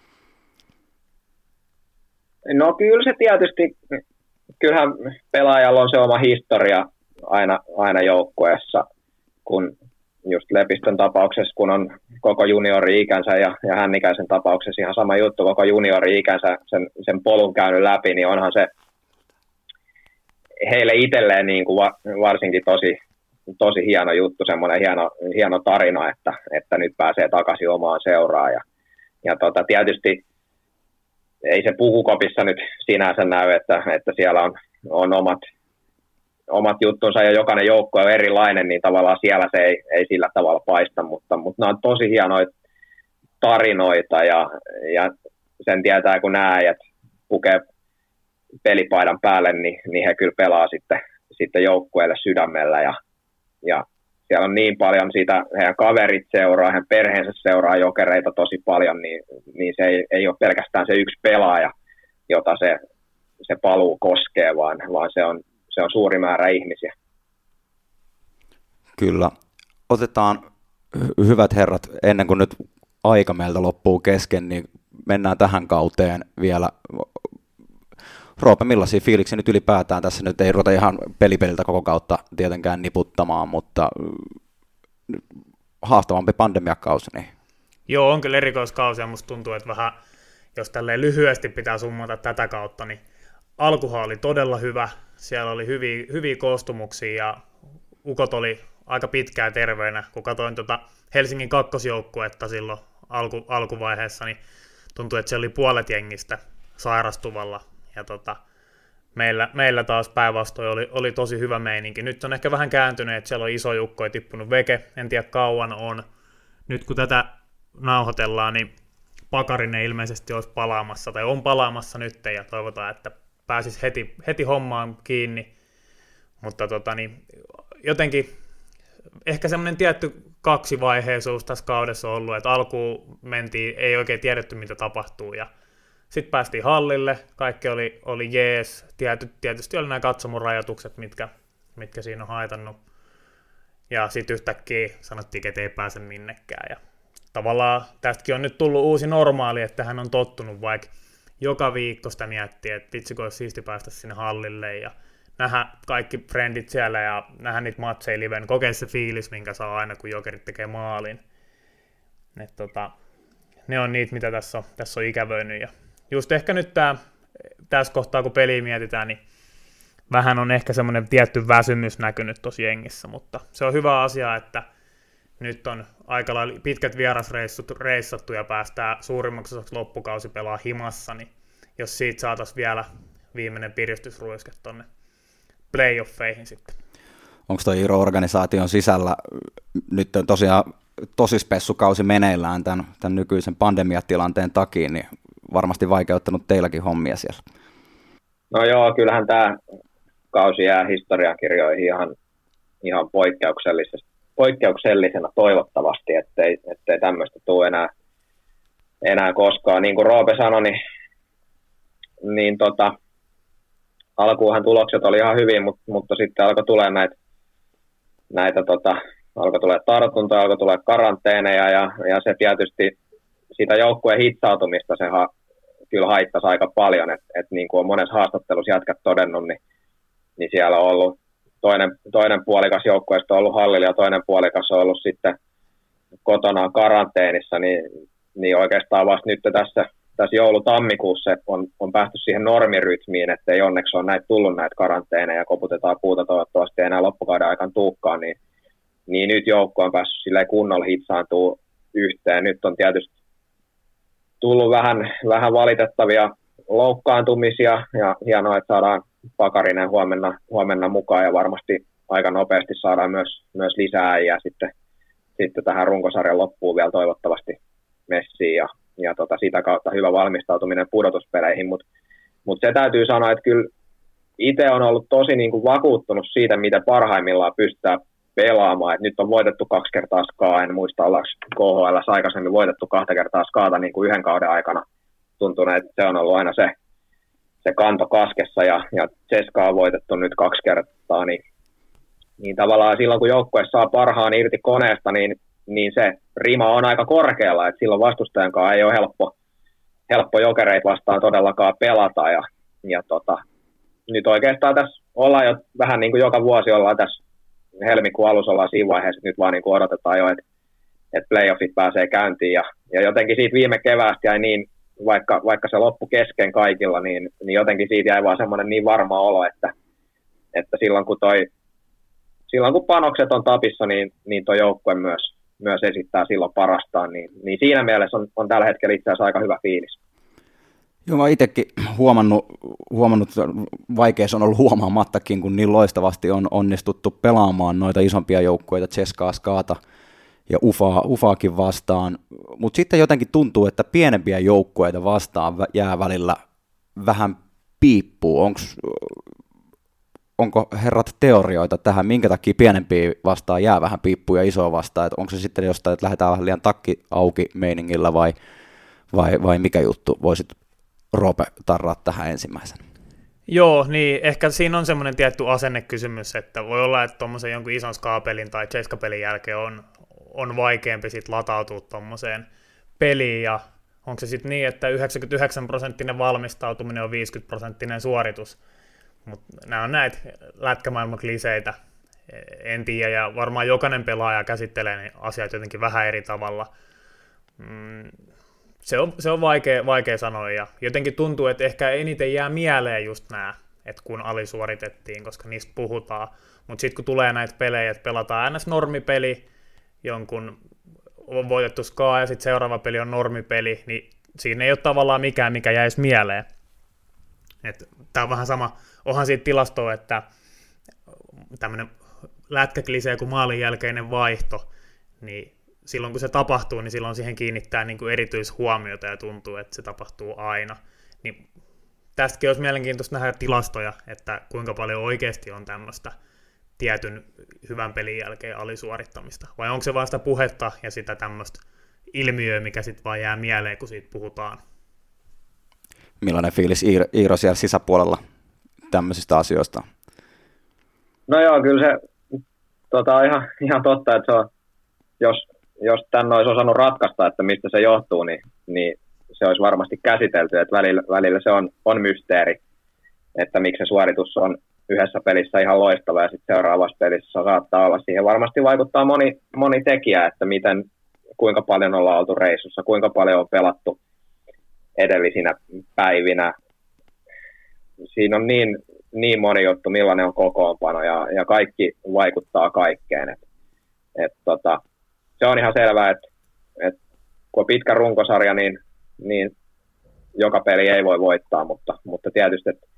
No kyllä se tietysti, kyllähän pelaajalla on se oma historia aina, aina joukkueessa, kun just Lepistön tapauksessa, kun on koko juniori-ikänsä ja, ja Hännikäisen tapauksessa ihan sama juttu, koko juniori-ikänsä sen, sen polun käynyt läpi, niin onhan se heille itselleen niin kuin va, varsinkin tosi, tosi hieno juttu, semmoinen hieno, hieno tarina, että, että nyt pääsee takaisin omaan seuraan. Ja, ja tota, tietysti ei se pukukopissa nyt sinänsä näy, että, että siellä on, on omat, omat juttunsa ja jokainen joukko on erilainen, niin tavallaan siellä se ei, ei sillä tavalla paista, mutta, mutta nämä on tosi hienoja tarinoita ja, ja sen tietää, kun nämä äijät pukee pelipaidan päälle, niin, niin he kyllä pelaa sitten, sitten joukkueelle sydämellä ja, ja siellä on niin paljon siitä, heidän kaverit seuraa, heidän perheensä seuraa Jokereita tosi paljon, niin, niin se ei, ei ole pelkästään se yksi pelaaja, jota se, se paluu koskee, vaan, vaan se, on, se on suuri määrä ihmisiä. Kyllä. Otetaan, hyvät herrat, ennen kuin nyt aika meiltä loppuu kesken, niin mennään tähän kauteen vielä. Roope, millaisia fiiliksiä nyt ylipäätään? Tässä nyt ei ruveta ihan pelipeliltä koko kautta tietenkään niputtamaan, mutta haastavampi pandemiakausi. Niin. Joo, on kyllä erikoiskausi ja musta tuntuu, että vähän, jos tälleen lyhyesti pitää summata tätä kautta, niin alkuhan oli todella hyvä. Siellä oli hyviä, hyviä koostumuksia ja ukot oli aika pitkään terveenä. Kun katsoin tuota Helsingin kakkosjoukkuetta silloin alku, alkuvaiheessa, niin tuntui, että se oli puolet jengistä sairastuvalla. Ja tota, meillä, meillä taas päinvastoin oli, oli tosi hyvä meininki. Nyt on ehkä vähän kääntynyt, että siellä on iso joukko ja tippunut veke. En tiedä kauan on. Nyt kun tätä nauhoitellaan, niin Pakarinen ilmeisesti olisi palaamassa, tai on palaamassa nyt, ja toivotaan, että pääsisi heti, heti hommaan kiinni. Mutta tota, niin, jotenkin ehkä semmoinen tietty kaksivaiheisuus tässä kaudessa on ollut, että alkuun mentiin, ei oikein tiedetty mitä tapahtuu, ja sitten päästiin hallille, kaikki oli, oli jees, Tiety, tietysti oli nämä katsomurajoitukset, mitkä, mitkä siinä on haitannut, ja sitten yhtäkkiä sanottiin, että ei pääse minnekään, ja tavallaan tästäkin on nyt tullut uusi normaali, että hän on tottunut vaikka joka viikko sitä miettiä, että vitsi kun olisi siisti päästä sinne hallille, ja nähdä kaikki frendit siellä ja nähdä niitä matseja liven, kokea se fiilis, minkä saa aina, kun Jokerit tekee maalin. Et tota, ne on niitä, mitä tässä on, tässä on ikävöinyt. Ja just ehkä nyt tää, tässä kohtaa, kun peliä mietitään, niin vähän on ehkä semmoinen tietty väsymys näkynyt tuossa jengissä, mutta se on hyvä asia, että nyt on aika lailla pitkät vierasreissut reissattu ja päästään suurimmaksi osaksi loppukausi pelaa himassa, niin jos siitä saataisiin vielä viimeinen piristysruiske tonne playoffeihin sitten. Onko tuo Iiro-organisaation sisällä nyt on tosiaan tosi spessukausi meneillään tämän, tämän nykyisen pandemiatilanteen takia, niin varmasti vaikeuttanut teilläkin hommia siellä? No joo, kyllähän tämä kausi jää historiankirjoihin ihan, ihan poikkeuksellisena, poikkeuksellisena toivottavasti, ettei, ettei tämmöistä tule enää, enää koskaan. Niin kuin Roope sanoi, niin, niin tota, alkuunhan tulokset oli ihan hyvin, mutta, mutta sitten alkoi tulemaan näitä, näitä tota, alkoi tulemaan tartuntoja, alkoi tulemaan karanteeneja ja, ja se tietysti sitä joukkueen hitsautumista se ha, kyllä haittasi aika paljon, että et niin kuin on monessa haastattelussa jätkät todennut, niin, niin siellä on ollut toinen, toinen puolikas joukkueesta on ollut hallilla ja toinen puolikas on ollut sitten kotonaan karanteenissa, niin, niin oikeastaan vasta nyt tässä tässä joulu-tammikuussa on, on päästy siihen normirytmiin, että ei onneksi ole näitä tullut näitä karanteeneja ja koputetaan puuta toivottavasti enää loppukauden aikaan tuukkaan, niin, niin nyt joukko on päässyt silleen kunnolla hitsaantua yhteen. Nyt on tietysti tullut vähän, vähän valitettavia loukkaantumisia ja hienoa, että saadaan Pakarinen huomenna, huomenna mukaan ja varmasti aika nopeasti saadaan myös, myös lisää äijää sitten, sitten tähän runkosarjan loppuun vielä toivottavasti messiin ja ja tota, sitä kautta hyvä valmistautuminen pudotuspeleihin, mutta mut se täytyy sanoa, että kyllä itse on ollut tosi niin kuin vakuuttunut siitä, mitä parhaimmillaan pystytään pelaamaan, että nyt on voitettu kaksi kertaa skaa, en muista ollaanko K H L:ssä aikaisemmin voitettu kahta kertaa skaata niin kuin yhden kauden aikana, tuntuu, että se on ollut aina se, se kanto kaskessa ja, ja Ceskaa on voitettu nyt kaksi kertaa, niin, niin tavallaan silloin kun joukkue saa parhaan irti koneesta, niin niin se rima on aika korkealla, että silloin vastustajan kanssa ei ole helppo, helppo Jokereita vastaan todellakaan pelata. Ja, ja tota, nyt oikeastaan tässä ollaan jo vähän niin kuin joka vuosi ollaan tässä helmikuun alussa ollaan siinä vaiheessa, että nyt vaan niin kuin odotetaan jo, että, että playoffit pääsee käyntiin. Ja, ja jotenkin siitä viime keväästä jäi niin, vaikka, vaikka se loppu kesken kaikilla, niin, niin jotenkin siitä jäi vaan semmoinen niin varma olo, että, että silloin, kun toi, silloin kun panokset on tapissa, niin, niin tuo joukkue myös myös esittää silloin parastaan, niin, niin siinä mielessä on, on tällä hetkellä itse asiassa aika hyvä fiilis. Joo, mä itsekin huomannut, huomannut, vaikeus on ollut huomaamattakin, kun niin loistavasti on onnistuttu pelaamaan noita isompia joukkueita, Ceskaa, Skaata ja Ufaa, Ufaakin vastaan, mutta sitten jotenkin tuntuu, että pienempiä joukkueita vastaan jää välillä vähän piippuun. Onks, onko herrat teorioita tähän, minkä takia pienempiä vastaan jää vähän piippuja isoa vastaan, että onko se sitten jostain, että lähdetään vähän liian takki auki meiningillä vai, vai, vai mikä juttu? Voisit Roope tarraa tähän ensimmäisen. Joo, niin ehkä siinä on semmoinen tietty asennekysymys, että voi olla, että tuommoisen jonkun ison skaapelin tai cheskapelin jälkeen on, on vaikeampi sit latautua tuommoiseen peliin, ja onko se sitten niin, että yhdeksänkymmentäyhdeksän prosenttinen valmistautuminen on viisikymmentä prosenttinen suoritus, mutta nämä on näitä lätkämaailman kliseitä, en tiedä, ja varmaan jokainen pelaaja käsittelee ne asiat jotenkin vähän eri tavalla. Mm, se on, se on vaikea, vaikea sanoa, ja jotenkin tuntuu, että ehkä eniten jää mieleen just nämä, että kun alisuoritettiin, koska niistä puhutaan, mutta sitten kun tulee näitä pelejä, että pelataan ns. Normipeli, jonkun on voitettu skaa, ja sitten seuraava peli on normipeli, niin siinä ei ole tavallaan mikään, mikä jäisi mieleen. Tämä on vähän sama, onhan siitä tilastoa, että tämmöinen lätkäklisee kuin maalin jälkeinen vaihto, niin silloin kun se tapahtuu, niin silloin siihen kiinnittää niin kuin erityishuomiota ja tuntuu, että se tapahtuu aina. Niin tästäkin olisi mielenkiintoista nähdä tilastoja, että kuinka paljon oikeasti on tämmöistä tietyn hyvän pelin jälkeen alisuorittamista? Vai onko se vaan sitä puhetta ja sitä tämmöistä ilmiöä, mikä sitten vaan jää mieleen, kun siitä puhutaan? Millainen fiilis Iiro siellä sisäpuolella tämmöisistä asioista? No joo, kyllä se tota, on ihan, ihan totta, että se on, jos, jos tämän olisi osannut ratkaista, että mistä se johtuu, niin, niin se olisi varmasti käsitelty, että välillä, välillä se on, on mysteeri, että miksi se suoritus on yhdessä pelissä ihan loistava ja sitten seuraavassa pelissä saattaa olla. Siihen varmasti vaikuttaa moni, moni tekijä, että miten, kuinka paljon ollaan oltu reissussa, kuinka paljon on pelattu edellisinä päivinä. Siinä on niin, niin moni juttu, millainen on kokoonpano ja, ja kaikki vaikuttaa kaikkeen. Et, et tota, se on ihan selvää, että et, kun on pitkä runkosarja, niin, niin joka peli ei voi voittaa, mutta, mutta tietysti että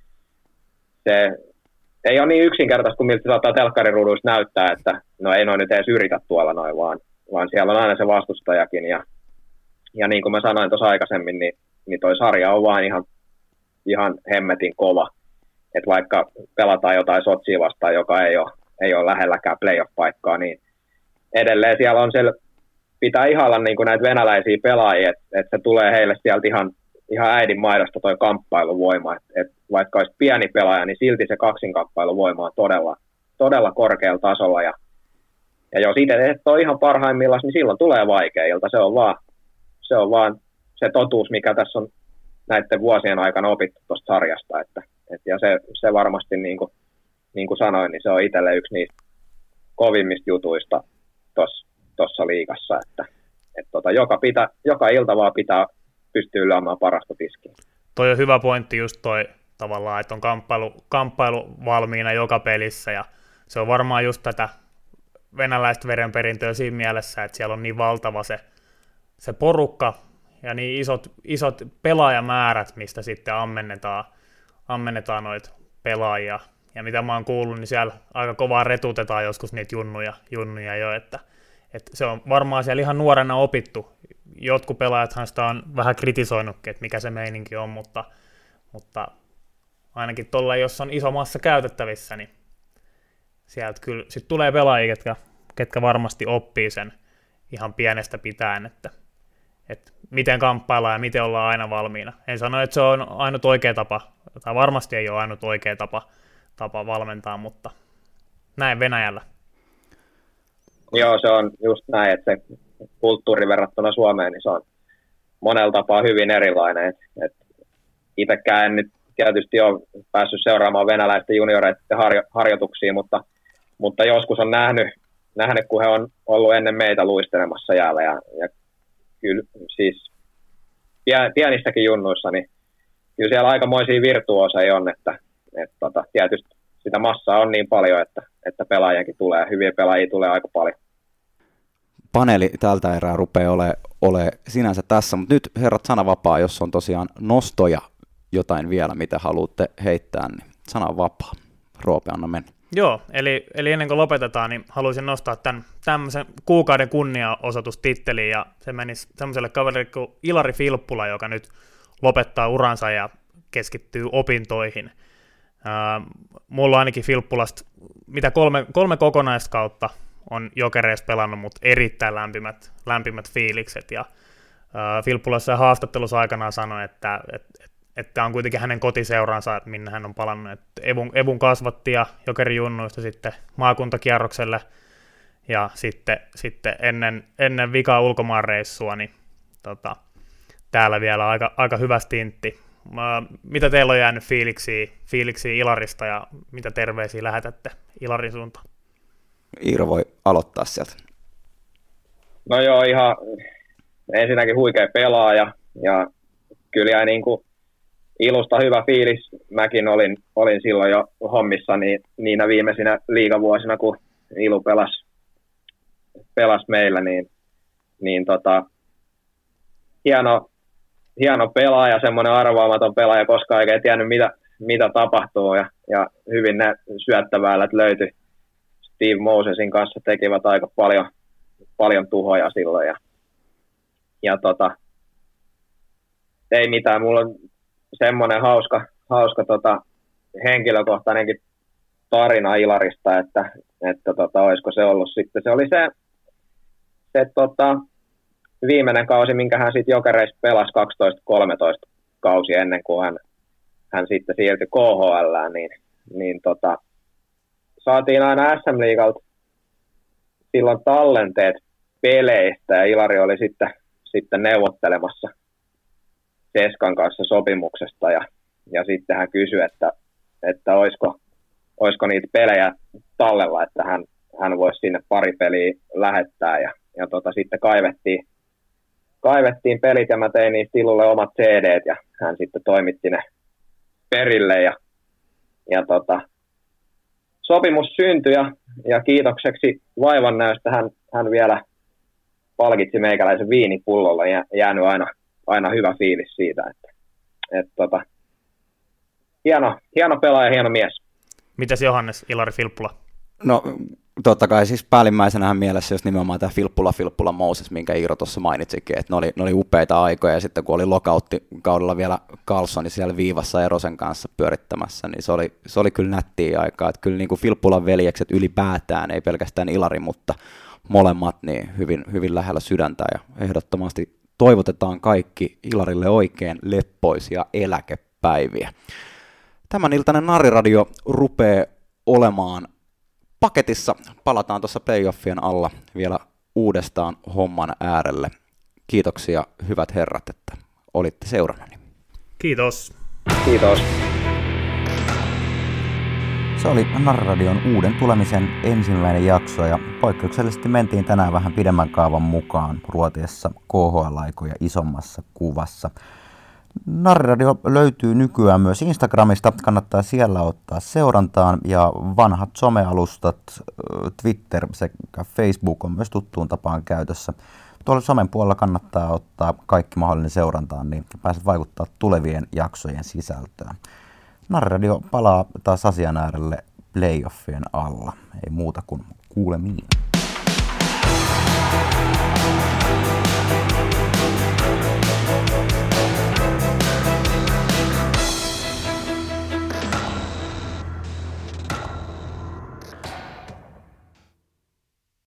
se ei ole niin yksinkertaista kuin miltä se saattaa telkkariruuduissa näyttää, että no ei noin nyt edes yritä tuolla noin, vaan, vaan siellä on aina se vastustajakin. Ja, ja niin kuin mä sanoin tuossa aikaisemmin, niin, niin toi sarja on vaan ihan, ihan hemmetin kova. Että vaikka pelataan jotain Sotsia vastaan, joka ei ole, ei ole lähelläkään playoff-paikkaa, niin edelleen siellä on siellä, pitää ihailla niin kuin näitä venäläisiä pelaajia, että, että se tulee heille sieltä ihan, ihan äidin maidosta toi kamppailuvoima. Että, että vaikka olisi pieni pelaaja, niin silti se kaksinkamppailuvoima on todella, todella korkealla tasolla. Ja, ja jos itse et ole ihan parhaimmillaan, niin silloin tulee vaikeilta. Se on vaan se, on vaan se totuus, mikä tässä on näiden vuosien aikana opittu tuosta sarjasta. Että, et, ja se, se varmasti, niin kuin, niin kuin sanoin, niin se on itselle yksi niistä kovimmista jutuista tuossa liigassa. Että, et, tota, joka, pitä, joka ilta vaan pitää pystyä lyömään parasta tiskiä. Toi on hyvä pointti just toi tavallaan, että on kamppailu, kamppailu valmiina joka pelissä, ja se on varmaan just tätä venäläistä verenperintöä siinä mielessä, että siellä on niin valtava se, se porukka ja niin isot, isot pelaajamäärät, mistä sitten ammennetaan, ammennetaan noita pelaajia. Ja mitä mä oon kuullut, niin siellä aika kovaa retutetaan joskus niitä junnuja, junnuja jo, että, että se on varmaan siellä ihan nuorena opittu. Jotkut pelaajathan sitä on vähän kritisoinutkin, että mikä se meininki on, mutta, mutta ainakin tuolla, jos on iso massa käytettävissä, niin sieltä kyllä sit tulee pelaajia, ketkä, ketkä varmasti oppii sen ihan pienestä pitäen, että, että miten kamppaillaan ja miten ollaan aina valmiina. En sano, että se on ainut oikea tapa, tai varmasti ei ole ainut oikea tapa, tapa valmentaa, mutta näin Venäjällä. Joo, se on just näin, että se kulttuuri verrattuna Suomeen, niin se on monella tapaa hyvin erilainen. Et, et itsekään en nyt tietysti ole päässyt seuraamaan venäläisten junioreiden harjo, harjoituksia, mutta, mutta joskus on nähnyt, nähnyt, kun he on ollut ennen meitä luistelemassa jäällä. Ja, ja kyllä siis pienissäkin junnuissa, niin kyllä siellä aikamoisia virtuoseja on, että et, tota, tietysti sitä massaa on niin paljon, että, että pelaajiakin tulee, hyviä pelaajia tulee aika paljon. Paneeli tältä erää rupeaa ole, ole sinänsä tässä, mutta nyt herrat sananvapaa, jos on tosiaan nostoja jotain vielä, mitä haluatte heittää, niin sananvapaa. Roope, anna mennä. Joo, eli, eli ennen kuin lopetetaan, niin haluaisin nostaa tämän tämmöisen kuukauden kunniaosoitustitteliin, ja se menisi semmoiselle kaverille kuin Ilari Filppula, joka nyt lopettaa uransa ja keskittyy opintoihin. Äh, mulla on ainakin Filppulasta, mitä kolme, kolme kokonaista kautta on Jokereissa pelannut, mutta erittäin lämpimät, lämpimät fiilikset, ja äh, Filppulassa haastattelussa aikanaan sanoi, että, että, että on kuitenkin hänen kotiseuransa, minne hän on palannut, että Evun, Evun kasvatti ja Jokerin junnuista sitten maakuntakierrokselle, ja sitten, sitten ennen, ennen vikaa ulkomaanreissua, niin tota, täällä vielä aika, aika hyvä stintti. Mitä teillä on jäänyt fiiliksiä, fiiliksiä Ilarista, ja mitä terveisiä lähetätte Ilarin suuntaan? Iiro voi aloittaa sieltä. No joo, ihan ensinnäkin huikea pelaaja, ja kyllä jäi niin kuin Ilusta hyvä fiilis. Mäkin olin, olin silloin jo hommissa niin, niinä viimeisinä liigavuosina, kun Ilu pelasi, pelasi meillä, niin, niin tota, hieno, hieno pelaaja, semmoinen arvaamaton pelaaja, koska oikein tiennyt, mitä, mitä tapahtuu, ja, ja hyvin ne syöttäväälät löytyi. Steve Mosesin kanssa tekivät aika paljon, paljon tuhoja silloin, ja, ja tota, ei mitään, mulla on semmoinen hauska, hauska tota, henkilökohtainenkin tarina Ilarista, että, että tota, olisiko se ollut sitten. Se oli se, se tota, viimeinen kausi, minkä hän sitten Jokereissa pelasi kaksitoista kolmetoista kausi ennen kuin hän, hän sitten siirtyi K H L:ään, niin, niin tota, saatiin aina S M-liigalta silloin tallenteet peleistä ja Ilari oli sitten, sitten neuvottelemassa Seskan kanssa sopimuksesta ja, ja sitten hän kysyi, että, että olisiko, olisiko niitä pelejä tallella, että hän, hän voisi sinne pari peliä lähettää ja, ja tota, sitten kaivettiin, kaivettiin pelit ja mä tein niistä Ilulle omat C D:t ja hän sitten toimitti ne perille ja, ja tota, sopimus syntyi ja, ja kiitokseksi vaivannäöstä hän, hän vielä palkitsi meikäläisen viinipullolla ja jäänyt aina, aina hyvä fiilis siitä, että et tota, hieno, hieno pelaaja, hieno mies. Mitäs Johannes, Ilari Filppula? No totta kai siis päällimmäisenähän mielessä just nimenomaan tämä Filppula, Filppula, Moses, minkä Iiro tuossa mainitsikin, että ne oli, ne oli upeita aikoja ja sitten kun oli lokautti kaudella vielä Carlsoni siellä viivassa Erosen kanssa pyörittämässä, niin se oli, se oli kyllä nättiä aikaa, että kyllä niin kuin Filppulan veljekset ylipäätään, ei pelkästään Ilari, mutta molemmat niin hyvin, hyvin lähellä sydäntä ja ehdottomasti toivotetaan kaikki Ilarille oikein leppoisia eläkepäiviä. Tämän iltainen Narriradio rupeaa olemaan paketissa. Palataan tuossa playoffien alla vielä uudestaan homman äärelle. Kiitoksia hyvät herrat, että olitte seurannani. Kiitos. Kiitos. Se oli Narraradion uuden tulemisen ensimmäinen jakso ja poikkeuksellisesti mentiin tänään vähän pidemmän kaavan mukaan ruotiessa K H L-aikoja isommassa kuvassa. Narriradio löytyy nykyään myös Instagramista, kannattaa siellä ottaa seurantaan ja vanhat somealustat, Twitter sekä Facebook on myös tuttuun tapaan käytössä. Tuolla somen puolella kannattaa ottaa kaikki mahdollinen seurantaan, niin pääset vaikuttaa tulevien jaksojen sisältöön. Narriradio palaa taas asian äärelle playoffien alla. Ei muuta kuin kuulemiin.